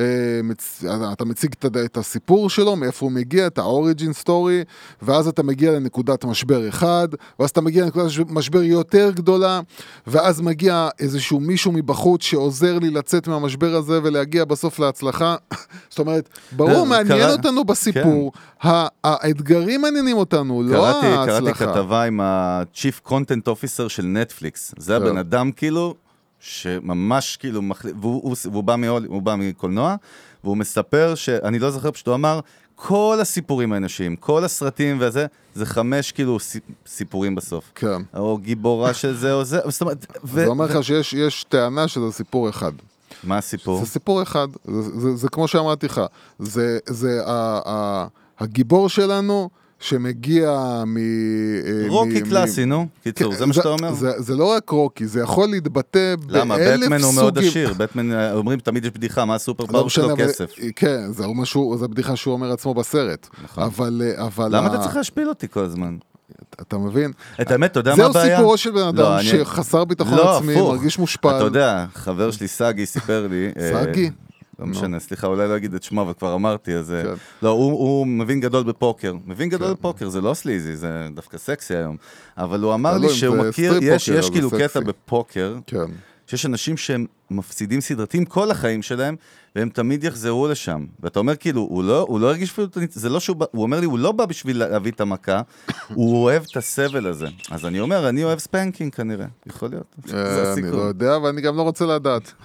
אתה מציג את הסיפור שלו, מאיפה הוא מגיע, את האוריג'ין סטורי, ואז אתה מגיע לנקודת משבר אחד, ואז אתה מגיע לנקודת משבר יותר גדולה, ואז מגיע איזשהו מישהו מבחוץ שעוזר לי לצאת מהמשבר הזה ולהגיע בסוף להצלחה. זאת אומרת, ברור, מעניין אותנו בסיפור, האתגרים מעניינים אותנו, לא ההצלחה. קראתי כתבה עם ה-Chief Content Officer של נטפליקס, זה הבן אדם כאילו, שממש כאילו, והוא בא מקולנוע, והוא מספר שאני לא זוכר, פשוט הוא אמר, כל הסיפורים האנושיים, כל הסרטים וזה, זה 5 כאילו סיפורים בסוף. כן. או גיבורה של זה או זה, זאת אומרת... זה אומר לך שיש טענה שזה סיפור אחד. מה הסיפור? זה סיפור אחד, זה כמו שאמרתי לך, זה הגיבור שלנו, שמגיע רוקי קלאסי, נו? קיצור, זה מה שאתה אומר? זה לא רק רוקי, זה יכול להתבטא באלף סוגים. למה? בטמן הוא מאוד עשיר, בטמן אומרים תמיד יש בדיחה, מה הסופר פאוור שלו כסף? כן, זו בדיחה שהוא אומר עצמו בסרט. אבל... למה אתה צריך להשפיל אותי כל הזמן? אתה מבין? את האמת, אתה יודע מה הבעיה? זהו סיפורו של בן אדם שחסר ביטחון עצמי, מרגיש מושפל. אתה יודע, חבר שלי סגי סיפר לי... סגי? לא משנה, סליחה, אולי לא אגיד את שמו, וכבר אמרתי, אז... לא, הוא מבין גדול בפוקר. מבין גדול בפוקר, זה לא סליזי, זה דווקא סקסי היום. אבל הוא אמר לי שהוא מכיר, יש כאילו קטע בפוקר, שיש אנשים שהם מפסידים סדרתיים כל החיים שלהם, והם תמיד יחזרו לשם. ואתה אומר כאילו, הוא לא הרגיש אפילו, זה לא שהוא, הוא אומר לי, הוא לא בא בשביל להביא את המכה, הוא אוהב את הסבל הזה. אז אני אומר, אני אוהב ספנקינג כנראה, יכול להיות. אני לא יודע, ואני גם לא רוצה לדעת.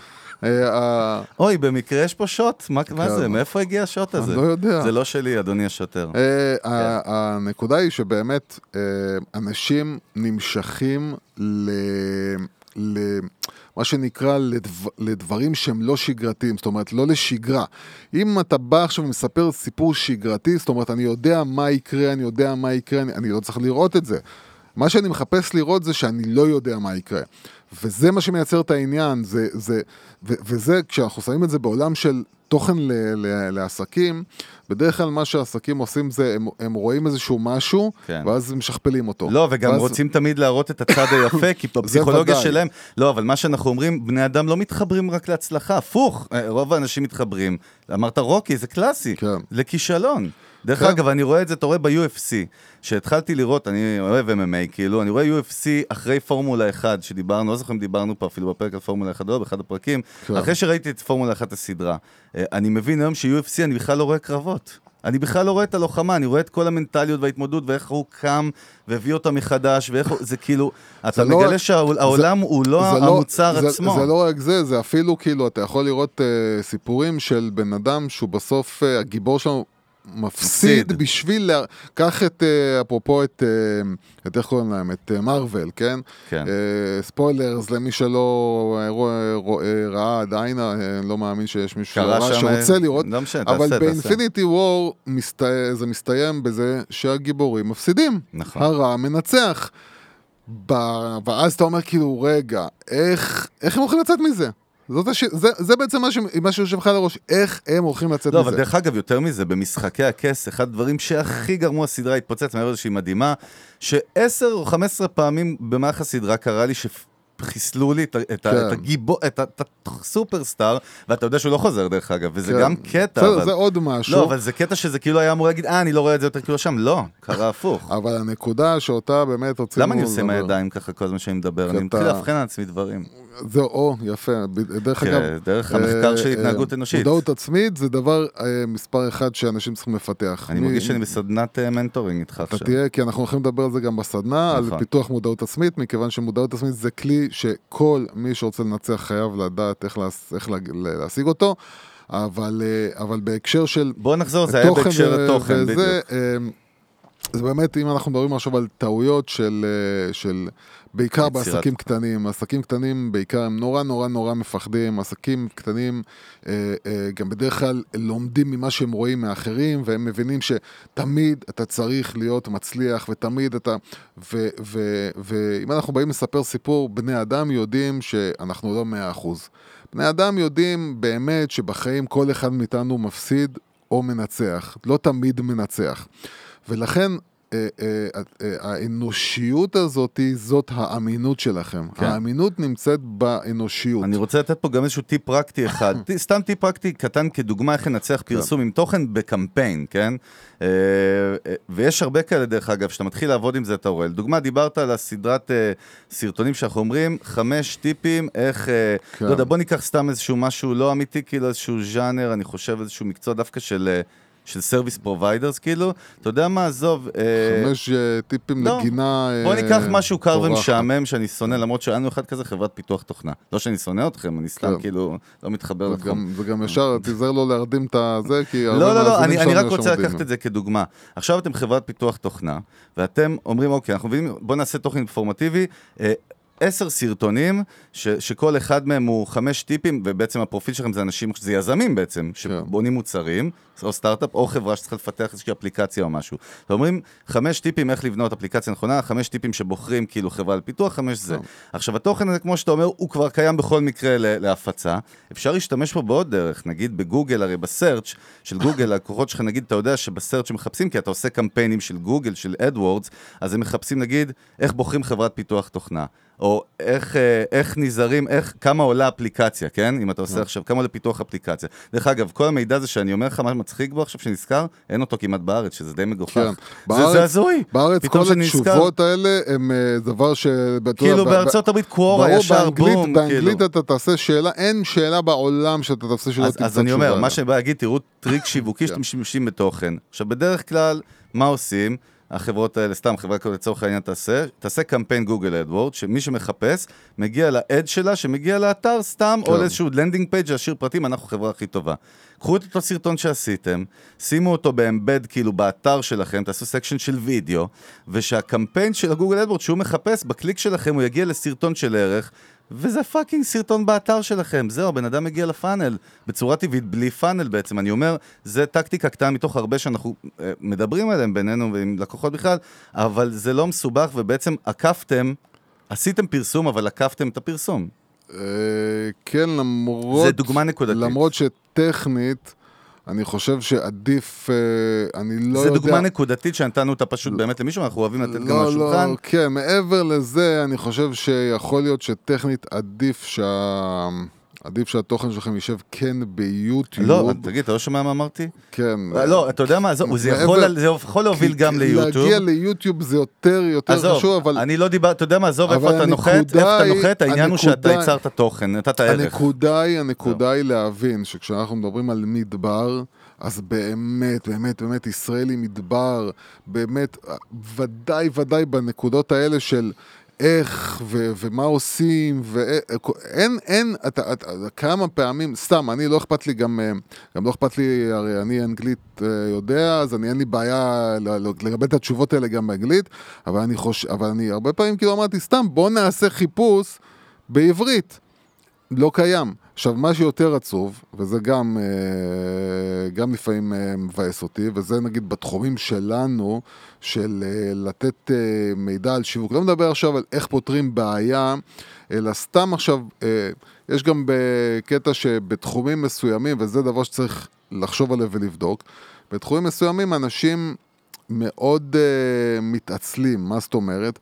אוי, במקרה יש פה שוט, מה זה? מאיפה הגיע השוט הזה? אני לא יודע. זה לא שלי, אדוני השוטר. הנקודה היא שבאמת אנשים נמשכים מה שנקרא לדברים שהם לא שגרתיים, זאת אומרת לא לשגרה. אם אתה בא עכשיו ומספר סיפור שגרתי, זאת אומרת אני יודע מה יקרה, אני לא צריך לראות את זה. מה שאני מחפש לראות זה שאני לא יודע מה יקרה. וזה מה שמייצר את העניין, וזה כשאנחנו שמים את זה בעולם של תוכן לעסקים, בדרך כלל מה שהעסקים עושים זה, הם רואים איזשהו משהו, ואז הם משכפלים אותו. לא, וגם רוצים תמיד להראות את הצד היפה, כי בפסיכולוגיה שלהם, לא, אבל מה שאנחנו אומרים, בני אדם לא מתחברים רק להצלחה, הפוך, רוב האנשים מתחברים. אמרת רוקי, זה קלאסי, לכישלון. דרך אגב, אני רואה את זה, אתה רואה ב-UFC, שהתחלתי לראות, אני אוהב MMA, כאילו, אני רואה UFC אחרי פורמולה 1, שדיברנו, לא זוכר אם דיברנו פה אפילו בפרק על פורמולה 1, לא, באחד הפרקים, אחרי שראיתי את פורמולה 1 הסדרה, אני מבין היום ש-UFC אני בכלל לא רואה קרבות. אני בכלל לא רואה את הלוחמה, אני רואה את כל המנטליות וההתמודדות, ואיך הוא קם והביא אותה מחדש, ואיך הוא, זה כאילו, אתה מגלה שהעולם הוא לא המוצר עצמו. זה לא רק זה, זה אפילו כאילו, אתה יכול לראות סיפורים של בן אדם שהוא בסוף, הגיבור שלנו, מפסיד בשביל, קח את, אפרופו את איך קוראים להם, את מרוול, כן? כן. ספוילרס, למי שלא ראה עדיין, לא מאמין שיש מישהו שרוצה לראות, אבל באינפיניטי וור זה מסתיים בזה שהגיבורים מפסידים. נכון. הרע מנצח. ואז אתה אומר כאילו, רגע, איך הם הולכים לצאת מזה? זה בעצם מה שיושב לך לראש, איך הם הולכים לצאת מזה. לא, אבל דרך אגב, יותר מזה, במשחקי הכס, אחד הדברים שהכי גרמו הסדרה התפוצץ, מעבר שהיא מדהימה, ש10 או 15 פעמים במהלך הסדרה קרה לי חיסלו לי את הסופרסטאר, ואתה יודע שהוא לא חוזר דרך אגב, וזה גם קטע. זה עוד משהו. לא, אבל זה קטע שזה כאילו היה אמור להגיד, אני לא רואה את זה יותר כאילו שם, לא, קרה הפוך. אבל הנקודה שאותה באמת הוציאו... למה אני עושה מהידיים ככה כל הזמן שאני מדבר? אני מתחיל להבחן על עצמי דברים. זהו, יפה. דרך אגב... דרך המחקר של התנהגות אנושית. מודעות עצמית זה דבר מספר אחד שאנשים צריכים לפתח. אני מרגיש שאני בסדנת מנטורינג איתך עכשיו. אתה תהיה, כי אנחנו הולכים לדבר על זה גם בסדנה, על פיתוח מודעות עצמית, מכיוון שמודעות עצמית זה כלי שכל מי שרוצה לנצח חייב לדעת איך להשיג אותו, אבל בהקשר של... בוא נחזור, זה היה בהקשר התוכן בדיוק. זה באמת, אם אנחנו מדברים עכשיו על טעויות של בעיקר בעסקים קטנים, עסקים קטנים בעיקר הם נורא מפחדים, עסקים קטנים גם בדרך כלל לומדים ממה שהם רואים מאחרים, והם מבינים שתמיד אתה צריך להיות מצליח, ותמיד אתה, ואם אנחנו באים לספר סיפור, בני אדם יודעים שאנחנו לא 100%. בני אדם יודעים באמת שבחיים כל אחד מאיתנו מפסיד או מנצח, לא תמיד מנצח. ולכן האנושיות הזאת, זאת האמינות שלכם. האמינות נמצאת באנושיות. אני רוצה לתת פה גם איזשהו טיפ פרקטי אחד. סתם טיפ פרקטי קטן כדוגמה איך לנצח פרסום עם תוכן בקמפיין, כן? ויש הרבה כאלה דרך אגב, שאתה מתחיל לעבוד עם זה אתה רואה. לדוגמה, דיברת על הסדרת סרטונים שאנחנו אומרים, 5 טיפים, איך, לא יודע, בוא ניקח סתם איזשהו משהו לא אמיתי, כאילו איזשהו ז'אנר, אני חושב איזשהו מקצוע דווקא של סרוויס פרוביידרס, כאילו, אתה יודע מה, עזוב... 5 טיפים לגינה... בוא ניקח משהו קר ומשעמם שאני שונא, למרות שאנו אחד כזה חברת פיתוח תוכנה. לא שאני שונא אתכם, אני סתם כאילו לא מתחבר לכם. וגם ישר, תיזהר לו להרדים את זה, כי... לא, אני רק רוצה לקחת את זה כדוגמה. עכשיו אתם חברת פיתוח תוכנה, ואתם אומרים, אוקיי, אנחנו מבינים, בוא נעשה תוכן אינפורמטיבי, 10 סרטונים, שכל אחד מהם הוא 5 טיפים, ובעצם הפרופיל שלכם זה אנשים, זה יזמים בעצם, שבונים מוצרים, או סטארט-אפ, או חברה שצריכה לפתח איזושהי אפליקציה או משהו. זאת אומרים, 5 טיפים איך לבנות אפליקציה נכונה, 5 טיפים שבוחרים כאילו חברה לפיתוח, 5 זה. עכשיו, התוכן הזה, כמו שאתה אומר, הוא כבר קיים בכל מקרה להפצה. אפשר להשתמש פה בעוד דרך, נגיד בגוגל, הרי בסרצ' של גוגל, הכוחות שלך, נגיד, אתה יודע שבסרצ' שמחפשים, כי אתה עושה קמפיינים של גוגל, של AdWords, אז הם מחפשים, נגיד, איך בוחרים חברת פיתוח תוכנה. או איך נזהרים, כמה עולה אפליקציה, כן? אם אתה עושה עכשיו, כמה עולה פיתוח אפליקציה. דרך אגב, כל המידע הזה שאני אומר לך, מה מצחיק בו עכשיו שנזכר, אין אותו כמעט בארץ, שזה די מגוחך. זה הזוי. בארץ כל התשובות האלה הם דבר ש... כאילו בארצות הברית קוורה, ישר בום. באנגלית אתה תעשה שאלה, אין שאלה בעולם שאתה תעשה שאלה תמצא תשובה. אז אני אומר, מה שבא להגיד, תראו טריק שיווקי שאתם משתמשים בתוכן. עכשיו, בדרך כלל, מה עושים? החברות האלה, סתם חברה כזאת לצורך העניין תעשה קמפיין גוגל אדוורד, שמי שמחפש מגיע לאד שלה, שמגיע לאתר סתם, או לאיזשהו לנדינג פייג' להשאיר פרטים, אנחנו חברה הכי טובה. קחו את אותו סרטון שעשיתם, שימו אותו באמבד כאילו באתר שלכם, תעשו סקשן של וידאו, ושהקמפיין של הגוגל אדוורד שהוא מחפש, בקליק שלכם הוא יגיע לסרטון של ערך, וזה פאקינג סרטון באתר שלכם. זהו, הבן אדם מגיע לפאנל, בצורה טבעית, בלי פאנל בעצם. אני אומר, זה טקטיקה קטנה מתוך הרבה שאנחנו מדברים עליהם בינינו ועם לקוחות בכלל, אבל זה לא מסובך, ובעצם עשיתם פרסום, אבל עקפתם את הפרסום. כן, זה דוגמה נקודתית. למרות שטכנית, אני חושב שעדיף, אני לא יודע... זה דוגמה נקודתית שנתנו אותה פשוט באמת למישהו, אנחנו אוהבים לתת גם מהשולחן. כן, מעבר לזה, אני חושב שיכול להיות שטכנית עדיף שהתוכן שלכם יישב כן ביוטיוב. לא, תגיד, אתה לא שומע מה אמרתי? כן. לא, אתה יודע מה, זה יכול להוביל גם ליוטיוב. להגיע ליוטיוב זה יותר חשוב, אבל... אני לא דיבר, אתה יודע מה, עזוב איפה אתה נוחת, העניין הוא שאתה ייצרת תוכן, נתת הערך. הנקודה היא להבין שכשאנחנו מדברים על מדבר, אז באמת, ישראל היא מדבר, באמת, ודאי בנקודות האלה של איך ומה עושים, ואין, כמה פעמים, סתם, אני לא אכפת לי גם לא אכפת לי, הרי אני אנגלית יודע, אז אין לי בעיה לגבי את התשובות האלה גם באנגלית, אבל אני הרבה פעמים כאילו אמרתי, סתם, בוא נעשה חיפוש בעברית, לא קיים. עכשיו, מה שיותר עצוב, וזה גם לפעמים מבאס אותי, וזה נגיד בתחומים שלנו, של לתת מידע על שיווק. לא מדבר עכשיו על איך פותרים בעיה, אלא סתם עכשיו, יש גם בקטע שבתחומים מסוימים, וזה דבר שצריך לחשוב עליו ולבדוק, בתחומים מסוימים אנשים מאוד מתעצלים. מה זאת אומרת?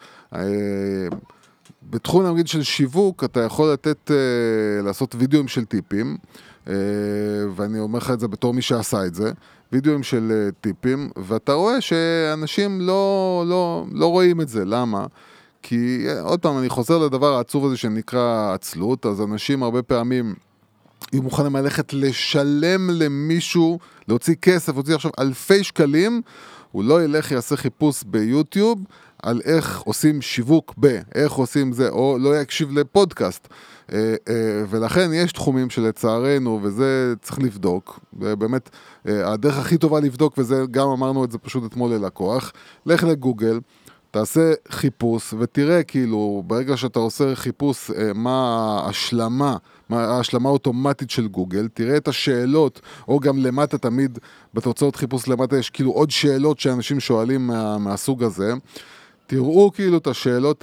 בתחום נגיד של שיווק, אתה יכול לעשות וידאוים של טיפים, ואני אומר לך את זה בתור מי שעשה את זה, וידאוים של טיפים, ואתה רואה שאנשים לא רואים את זה. למה? כי עוד פעם, אני חוזר לדבר העצוב הזה שנקרא עצלות, אז אנשים הרבה פעמים יהיו מוכנים ללכת לשלם למישהו, להוציא כסף, להוציא עכשיו אלפי שקלים, הוא לא ילך יעשה חיפוש ביוטיוב, על איך עושים שיווק איך עושים זה, או לא יקשיב לפודקאסט. ולכן יש תחומים שלצערנו, וזה צריך לבדוק, ובאמת הדרך הכי טובה לבדוק, וזה גם אמרנו את זה פשוט אתמול ללקוח, לך לגוגל, תעשה חיפוש, ותראה כאילו, ברגע שאתה עושה חיפוש, מה ההשלמה האוטומטית של גוגל, תראה את השאלות, או גם למטה תמיד, בתוצאות חיפוש למטה יש כאילו עוד שאלות שאנשים שואלים מהסוג הזה, תראו כאילו את השאלות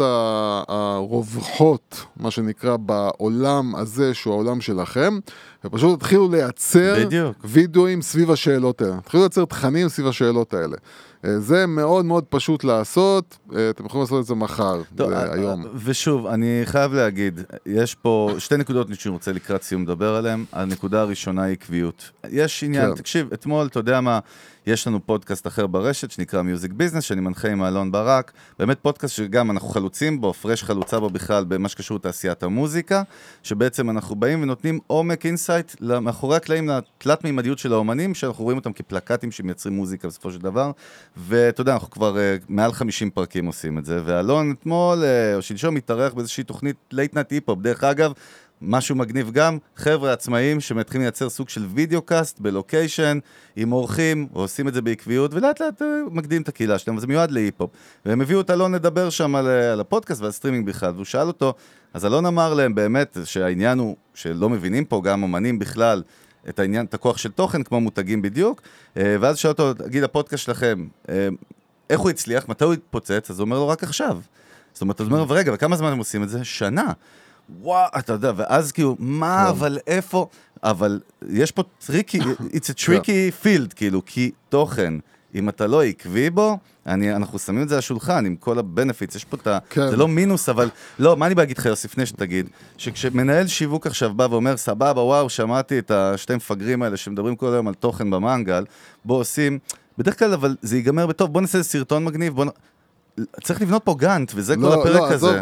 הרווחות, מה שנקרא בעולם הזה, שהוא העולם שלכם, ופשוט תתחילו לייצר וידאוים סביב השאלות האלה. תתחילו לייצר תכנים סביב השאלות האלה. זה מאוד מאוד פשוט לעשות, אתם יכולים לעשות את זה מחר, היום. ושוב, אני חייב להגיד, יש פה שתי נקודות שאני רוצה לקראת סיום לדבר עליהן. הנקודה הראשונה היא עקביות. יש עניין, תקשיב, אתמול, אתה יודע מה, יש לנו פודקאסט אחר ברשת, שנקרא מיוזיק ביזנס, שאני מנחה עם אלון ברק, באמת פודקאסט שגם אנחנו חלוצים בו, פרש חלוצה בו בכלל, במה שקשור תעשיית המוזיקה, שבעצם אנחנו באים ונותנים עומק אינסייט, מאחורי הקלעים, לתלת מימדיות של האומנים, שאנחנו רואים אותם כפלקטים שמייצרים מוזיקה בסופו של דבר, ואתה יודע, אנחנו כבר מעל 50 פרקים עושים את זה, ואלון אתמול, או שלשום, מתארח באיזושהי תוכנית לייט נייט היפ-הופ, דרך אגב, משהו מגניב גם, חבר'ה עצמאים שמתחילים לייצר סוג של וידאו-קאסט בלוקיישן, עם אורחים, ועושים את זה בעקביות, ולאט לאט מקדים את הקהילה שלהם, וזה מיועד להיפ-הופ. והם הביאו את אלון לדבר שם על הפודקאסט ועל סטרימינג בכלל, והוא שאל אותו, אז אלון אמר להם באמת שהעניין הוא, שלא מבינים פה גם אומנים בכלל, את העניין, את הכוח של תוכן, כמו מותגים בדיוק, ואז שאל אותו, תגיד, הפודקאסט שלכם, איך הוא הצליח, מתי הוא התפוצץ? אז הוא אומר לו, רק עכשיו. זאת אומרת, הוא אומר, רגע, וכמה זמן הם עושים את זה? שנה. וואו, אתה יודע, ואז כאילו, מה, אבל איפה? אבל יש פה טריקי, it's a tricky field, כאילו, כי תוכן, אם אתה לא עקבי בו, אנחנו שמים את זה על השולחן, עם כל הבנפיץ, יש פה את ה... זה לא מינוס, אבל... לא, מה אני בא להגיד לך, יוסף, לפני שתגיד, שכשמנהל שיווק עכשיו בא ואומר, סבבה, וואו, שמעתי את השתי מפגרים האלה, שמדברים כל היום על תוכן במנגל, בוא עושים... בדרך כלל, אבל זה ייגמר בטוב, בוא נעשה סרטון מגניב, צריך לבנות פה גנט, וזה כל הפרק הזה.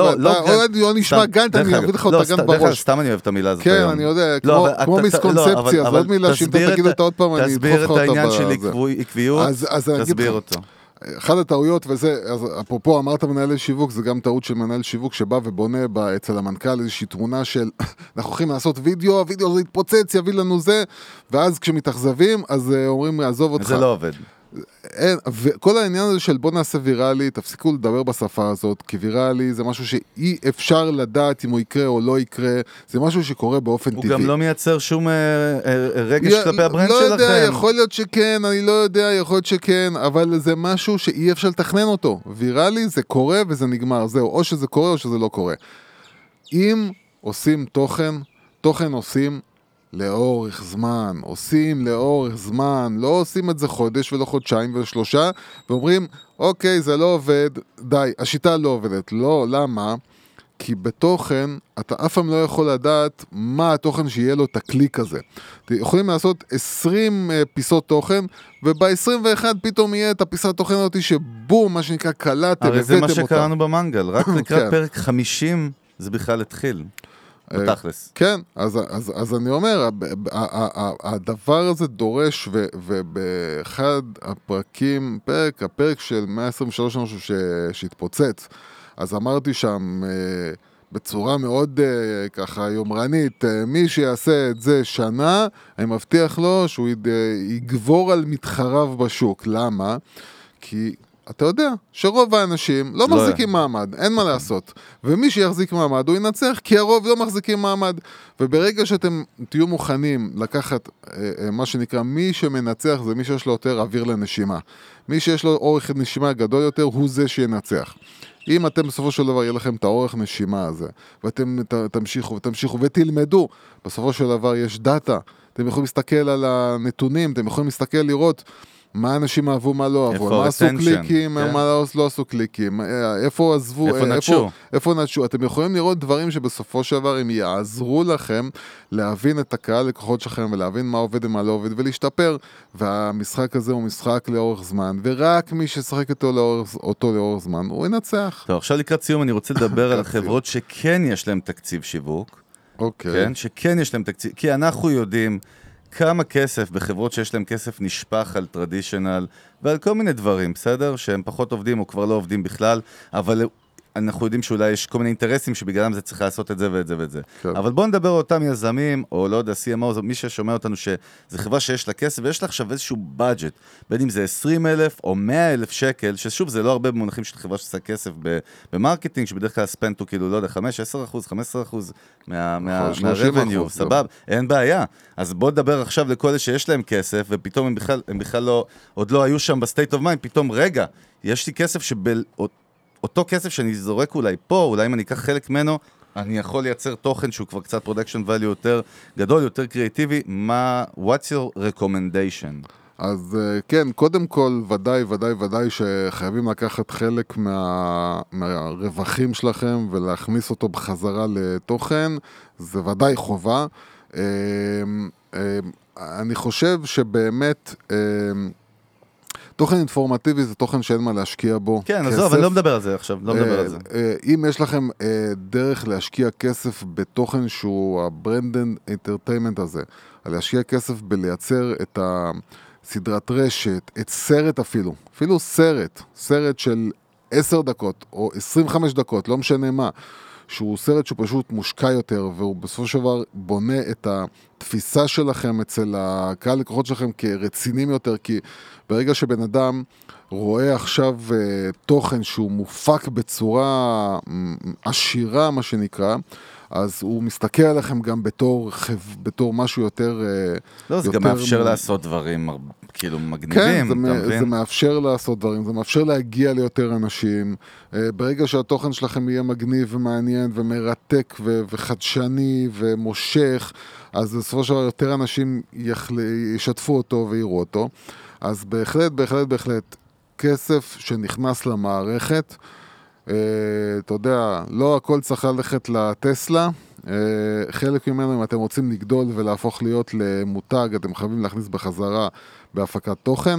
לא נשמע גנט, אני אביא לך אותה גנט בראש. סתם אני אוהב את המילה הזאת. כן, אני יודע, כמו מיסקונספציה, זאת מילה שאם אתה תגיד אותה עוד פעם, אני אדחוף לך אותה. תסביר את העניין של עקביות, תסביר אותו. אחד הטעויות, וזה, אפרופו אמרת מנהל שיווק, זה גם טעות של מנהל שיווק שבא ובונה אצל המנכ"ל איזושהי תמונה של, אנחנו הולכים לעשות וידאו, הוידאו הזה יתפוצץ, יביא לנו זה, ואז כשמתאכזבים, אז אומרים, עזוב אותך. זה לא עובד. וכל העניין הזה של בוא נעשה ויראלי, תפסיקו לדבר בשפה הזאת, כי ויראלי זה משהו שאי אפשר לדעת אם הוא יקרה או לא יקרה, זה משהו שקורה באופן טבעי. הוא גם לא מייצר שום רגש כלפי הברנד שלכם. לא יודע, יכול להיות שכן, אני לא יודע, יכול להיות שכן, אבל זה משהו שאי אפשר לתכנן אותו. ויראלי זה קורה וזה נגמר, זהו, או שזה קורה או שזה לא קורה. אם עושים תוכן עושים לאורך זמן, עושים לאורך זמן, לא עושים את זה חודש ולא חודשיים ושלושה, ואומרים, אוקיי, זה לא עובד, די, השיטה לא עובדת. לא, למה? כי בתוכן, אתה אף פעם לא יכול לדעת מה התוכן שיהיה לו את הקליק הזה. יכולים לעשות 20 פיסות תוכן, וב-21 פתאום יהיה את הפיסת תוכן אותי שבום, מה שנקרא, קלטתם, הרי זה מה שקראנו במנגל, רק לקראת פרק 50 זה בכלל התחיל. בתכלס. כן, אז אני אומר, הדבר הזה דורש, ובאחד הפרקים, הפרק של 123 משהו שהתפוצץ, אז אמרתי שם בצורה מאוד ככה יומרנית, מי שיעשה את זה שנה, אני מבטיח לו שהוא יגבור על מתחריו בשוק. למה? כי אתה יודע שרוב האנשים לא מחזיקים מעמד, אין מה לעשות. ומי שיחזיק מעמד הוא ינצח, כי הרוב לא מחזיקים מעמד. וברגע שאתם תהיו מוכנים לקחת מה שנקרא, מי שמנצח זה מי שיש לו יותר אוויר לנשימה. מי שיש לו אורך נשימה גדול יותר הוא זה שינצח. אם אתם בסופו של דבר יהיה לכם את האורך נשימה הזה, ואתם תמשיכו ותמשיכו ותלמדו, בסופו של דבר יש דאטה. אתם יכולים להסתכל על הנתונים, אתם יכולים להסתכל לראות מה אנשים אהבו, מה לא אהבו, מה עשו קליקים, מה לא עשו קליקים, איפה עזבו, איפה נטשו. אתם יכולים לראות דברים שבסופו של דבר הם יעזרו לכם להבין את הקהל לקוחות שלכם ולהבין מה עובד ומה לא עובד ולהשתפר. והמשחק הזה הוא משחק לאורך זמן, ורק מי ששחק אותו לאורך זמן הוא ינצח. טוב, עכשיו לקראת סיום אני רוצה לדבר על החברות שכן יש להם תקציב שיווק. אוקיי. שכן יש להם תקציב, כי אנחנו יודעים כמה כסף בחברות שיש להם כסף נשפח על טרדישנל ועל כל מיני דברים, בסדר? שהם פחות עובדים או כבר לא עובדים בכלל, אבל אנחנו יודעים שאולי יש כל מיני אינטרסים שבגללם זה צריך לעשות את זה ואת זה ואת זה. כן. אבל בואו נדבר על אותם יזמים, או לא יודע, CMO, מי ששומע אותנו שזו חברה שיש לה כסף, ויש לה עכשיו איזשהו בדג'ט, בין אם זה 20,000 או 100,000 שקל, ששוב, זה לא הרבה במונחים של חברה שעושה כסף במרקטינג, שבדרך כלל הספנט הוא כאילו, לא יודע, 5-10%, 15% מהרבניו, סבב, אין בעיה. אז בואו נדבר עכשיו לכל אלה שיש להם כסף, ופתאום הם בכלל לא, עוד לא היו שם בסטייט אוף מיינד, פתאום, רגע, יש לי כסף אותו כסף שאני זורק אולי פה, אולי אם אני אקח חלק ממנו, אני יכול לייצר תוכן שהוא כבר קצת production value יותר גדול, יותר קריאטיבי. what's your recommendation? אז כן, קודם כל, ודאי שחייבים לקחת חלק מהרווחים שלכם ולהכניס אותו בחזרה לתוכן, זה ודאי חובה. אני חושב שבאמת תוכן אינפורמטיבי זה תוכן שאין מה להשקיע בו. כן, עזוב, אני לא מדבר על זה עכשיו, לא מדבר על זה. אם יש לכם דרך להשקיע כסף בתוכן שהוא הברנדד אינטרטיימנט הזה, להשקיע כסף בלייצר את הסדרת רשת, את סרט אפילו סרט של 10 דקות או 25 דקות, לא משנה מה, שהוא סרט שהוא פשוט מושקע יותר, והוא בסופו של דבר בונה את התפיסה שלכם אצל הקהל לקוחות שלכם כרצינים יותר, כי ברגע שבן אדם רואה עכשיו תוכן שהוא מופק בצורה עשירה, מה שנקרא, אז הוא מסתכל עליכם גם בתור משהו יותר... לא, זה גם מאפשר לעשות דברים כאילו מגניבים. כן, זה מאפשר לעשות דברים, זה מאפשר להגיע ליותר אנשים. ברגע שהתוכן שלכם יהיה מגניב ומעניין ומרתק וחדשני ומושך, אז בסופו של דבר יותר אנשים ישתפו אותו ויראו אותו. אז בהחלט, כסף שנכנס למערכת, אתה יודע, לא הכל צריך ללכת לטסלה, חלק ממנו אם אתם רוצים לגדול ולהפוך להיות למותג, אתם חייבים להכניס בחזרה בהפקת תוכן,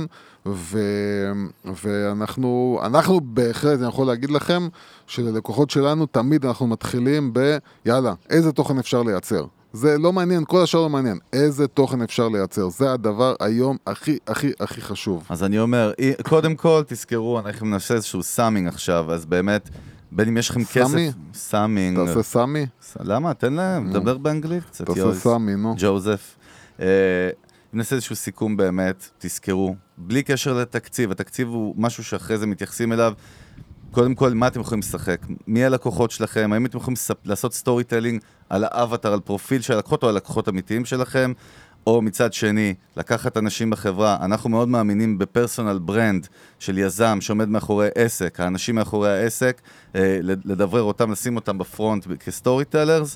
ואנחנו בהחלט, אני יכול להגיד לכם, שללקוחות שלנו תמיד אנחנו מתחילים יאללה, איזה תוכן אפשר לייצר? זה לא מעניין, כל השאר לא מעניין. איזה תוכן אפשר לייצר? זה הדבר היום הכי חשוב. אז אני אומר, קודם כל תזכרו, אנחנו נעשה איזשהו סאמינג עכשיו, אז באמת, בין אם יש לכם כסף... סאמינג. תעשה סאמי? למה? תן להם, דבר באנגלית קצת. תעשה סאמי, נו. ג'וזף. נעשה איזשהו סיכום באמת, תזכרו, בלי קשר לתקציב, התקציב הוא משהו שאחרי זה מתייחסים אליו, קודם כל, מה אתם יכולים לשחק? מי הלקוחות שלכם? האם אתם יכולים לעשות סטורי טיילינג על האבטר, על פרופיל של הלקוחות או על לקוחות אמיתיים שלכם? או מצד שני, לקחת אנשים בחברה. אנחנו מאוד מאמינים בפרסונל ברנד של יזם שעומד מאחורי עסק, האנשים מאחורי העסק, לדברר אותם, לשים אותם בפרונט כסטורי טיילרס,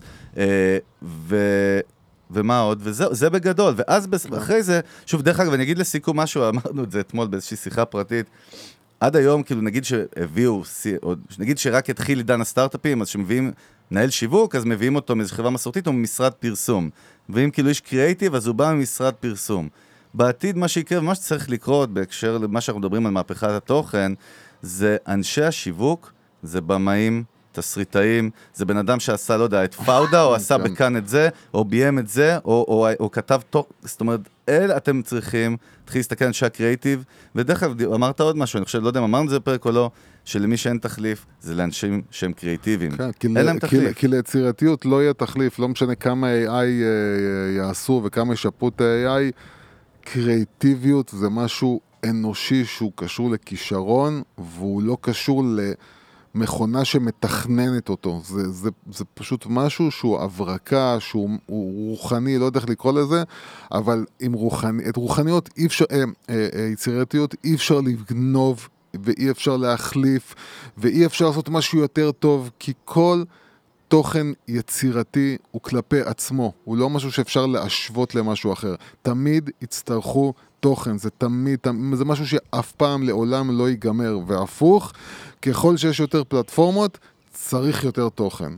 ומה עוד? וזה בגדול. ואז אחרי זה, שוב, דרך אגב, אני אגיד לסיכום משהו, אמרנו את זה אתמול באיזושהי שיחה פרטית, עד היום, כאילו נגיד שהביאו, נגיד שרק התחיל עידן הסטארט-אפים, אז שמביאים מנהל שיווק, אז מביאים אותו מאיזו חברה מסורתית או ממשרד פרסום. ואם כאילו יש קריאייטיב, אז הוא בא ממשרד פרסום. בעתיד מה שיקרה, ומה שצריך לקרות בהקשר למה שאנחנו מדברים על מהפכת התוכן, זה אנשי השיווק, זה במאים, תסריטאים, זה בן אדם שעשה, לא יודע, את פאודה, או עשה בכאן את זה, או ביים את זה, או כתב תוך, זאת אומרת, אתם צריכים, תתחיל להסתכל על אנשי הקריאיטיב, ודרך כלל אמרת עוד משהו, אני חושב, לא יודע אם אמרנו זה בפרק או לא, שלמי שאין תחליף, זה לאנשים שהם קריאיטיביים. כן, אין להם תחליף. כי ליצירתיות לא יהיה תחליף, לא משנה כמה AI יעשו וכמה ישפרו את ה-AI, קריאיטיביות זה משהו אנושי שהוא קשור לכישרון, והוא לא קשור למכונה שמתכננת אותו. זה פשוט משהו שהוא הברקה, שהוא רוחני, לא יודע איך לקרוא לזה, אבל את רוחניות אי אפשר, יצירתיות אי אפשר לגנוב, ואי אפשר להחליף, ואי אפשר לעשות משהו יותר טוב, כי כל תוכן יצירתי הוא כלפי עצמו, הוא לא משהו שאפשר להשוות למשהו אחר. תמיד יצטרכו תוכן, זה משהו שאף פעם לעולם לא ייגמר, והפוך, ככל שיש יותר פלטפורמות, צריך יותר תוכן.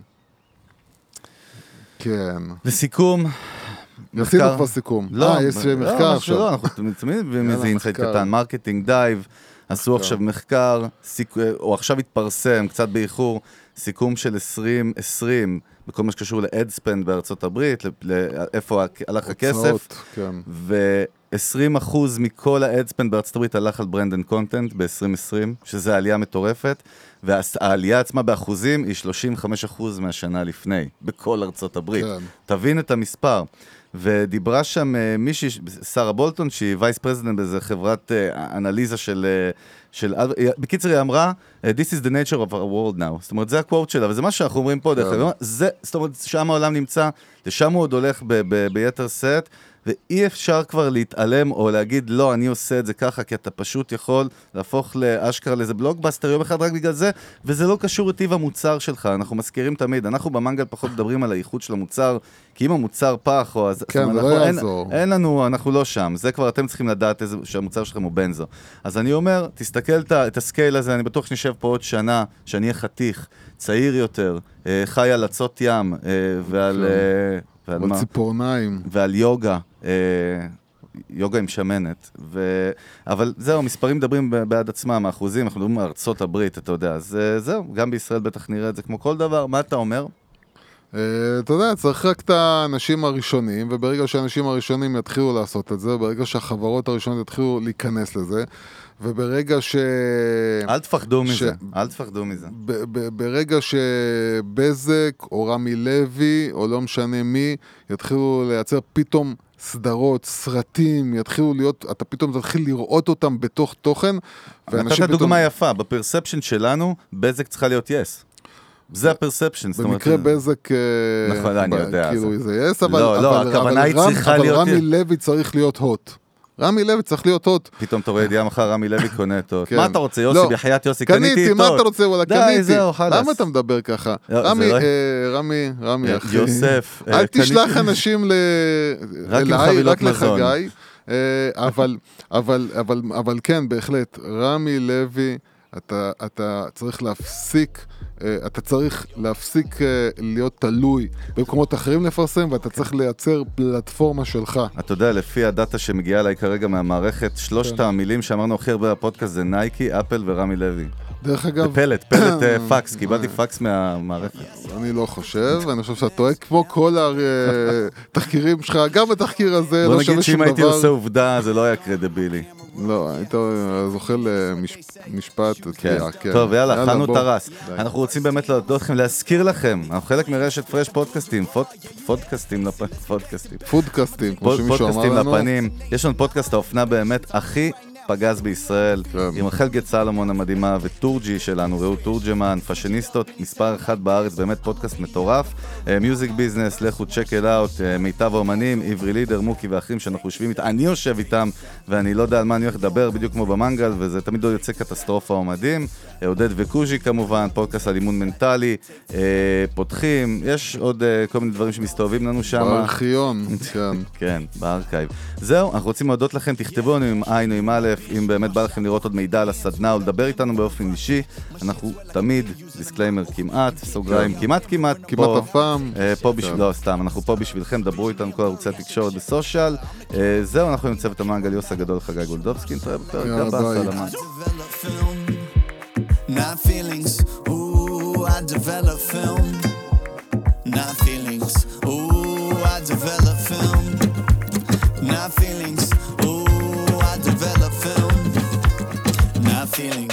כן. לסיכום, עשינו כבר סיכום. יש מחקר עכשיו. לא, אנחנו תמיד מזה אינסייט קטן, מרקטינג דייב, עשו עכשיו מחקר, או עכשיו התפרסם, קצת באיחור, סיכום של 2020, בכל מה שקשור ל-ad spend בארצות הברית, לאיפה הלך הכסף, ו-20% מכל ה-ad spend בארצות הברית הלך על brand and content ב-2020, שזה עלייה מטורפת, והעלייה עצמה באחוזים היא 35% מהשנה לפני, בכל ארצות הברית. תבין את המספר. ודיברה שם מישהי, שרה בולטון, שהיא וייס פרזידנט באיזה חברת אנליזה של... בקיצר היא אמרה, This is the nature of our world now. זאת אומרת, זה הקוואט שלה, וזה מה שאנחנו אומרים פה, זאת אומרת, שם העולם נמצא, לשם הוא עוד הולך ביתר סט, ואי אפשר כבר להתעלם או להגיד, לא, אני עושה את זה ככה, כי אתה פשוט יכול להפוך לאשכרה לאיזה בלוגבאסטר יום אחד רק בגלל זה, וזה לא קשור לטיב המוצר שלך, אנחנו מזכירים תמיד, אנחנו במנגל פחות מדברים על האיכות של המוצר, כי אם המוצר פח, או אז... כן, זה לא יעזור. אין לנו, אנחנו לא שם, זה כבר אתם צריכים לדעת שהמוצר שלכם הוא בנזו. אז אני אומר, תסתכל את הסקייל הזה, אני בטוח שנשב פה עוד שנה, שאני אהיה חתיך, צעיר יותר, חי על עצות ים, ועל ציפורניים. ועל יוגה, יוגה עם שמנת, אבל זהו, מספרים מדברים בעד עצמם, האחוזים, אנחנו מדברים מארצות הברית, אתה יודע, אז זהו, גם בישראל בטח נראה את זה כמו כל דבר, מה אתה אומר? אתה יודע, צריך רק את האנשים הראשונים, וברגע שהאנשים הראשונים יתחילו לעשות את זה, ברגע שהחברות הראשונות יתחילו להיכנס לזה, וברגע אל תפחדו מזה, אל תפחדו מזה. ברגע שבזק או רמי לוי, או לא משנה מי, יתחילו לייצר פתאום סדרות, סרטים, יתחילו להיות, אתה פתאום תתחיל לראות אותם בתוך תוכן, נתת דוגמה יפה, בפרספשן שלנו, בזק צריכה להיות יס. זה הפרספשן. במקרה בזק, נכון, אני יודע. כאילו זה יס, אבל רמי לוי צריך להיות הוט. רמי לוי צריך להיות הוט. פתאום אתה רואה ידיעה מחר, רמי לוי קונה את הוט. מה אתה רוצה, יוסי, בחיית יוסי, קניתי, מה אתה רוצה? קניתי. למה אתה מדבר ככה? רמי, אחי. יוסף. אל תשלח אנשים אליי, רק לחגי. אבל כן, בהחלט, רמי לוי, אתה צריך להפסיק, להיות תלוי במקומות אחרים לפרסם, ואתה צריך לייצר פלטפורמה שלך. אתה יודע, לפי הדאטה שמגיעה אליי כרגע מהמערכת, שלושת המילים שאמרנו הכי הרבה בפודקאסט זה נייקי, אפל ורמי לוי. דרך אגב... פלט פקס, קיבלתי פקס מהמערכת. אני לא חושב, אני חושב שאתה טועה כמו כל התחקירים שלך, גם בתחקיר הזה לא שווה שום דבר. בוא נגיד שאם הייתי עושה עובדה, זה לא היה קרדיבילי. לא, היית זוכה למשפט. טוב, יאללה, חנו טרס. אנחנו רוצים באמת להודות לכם, להזכיר לכם, אנחנו חלק מרשת פרש פודקאסטים, פודקאסטים, כמו שמישהו אמר לנו. לפנים. יש לנו פודקאסט האופנה באמת הכי פגז בישראל, עם רחל גט סלומון המדהימה וטורג'י שלנו, ראו טורג'מן, פאשיניסטות, מספר 1 בארץ, באמת פודקאסט מטורף, מיוזיק ביזנס, לכו צ'ק אל אאוט, מיטב האומנים, עברי לידר, מוקי ואחרים שאנחנו יושבים איתם, אני יושב איתם, ואני לא יודע על מה אני הולך לדבר, בדיוק כמו במנגל, וזה תמיד לא יוצא קטסטרופה עומדים, עודד וקוז'י כמובן, פודקאסט על אימון מנטלי, פותחים, יש עוד כל מיני דברים שמסתובבים לנו שם. בארכיון, כן. כן, בארכייב. זהו, אנחנו רוצים להודות לכם, תכתבו לנו עם עין או עם א', אם באמת בא לכם לראות עוד מידע על הסדנה או לדבר איתנו באופן אישי, אנחנו תמיד, דיסקליימר כמעט, סוגריים כמעט אף פעם. לא, סתם, אנחנו פה בשבילכם, דברו איתנו כל ערוצי התקשורת בסושיאל. זהו, אנחנו עם צוות המנגל יוס הגדול חגי גולדובסקי, נתראה בפרק הבא, סלמת. Not feelings, ooh, I develop film. Not feelings, ooh, I develop film. Not my feelings. Ooh, I develop film, not feelings.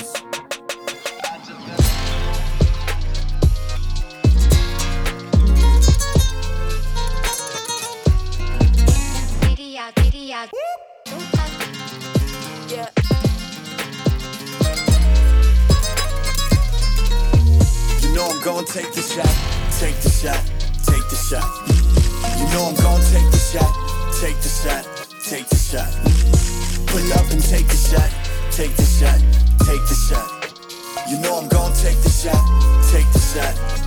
Yeah. You know I'm gonna take the shot, take the shot, take the shot. You know I'm gonna take the shot, take the shot, take the shot. Pull up and take the shot, take the shot, take the shot. You know I'm gonna take the shot, take the shot,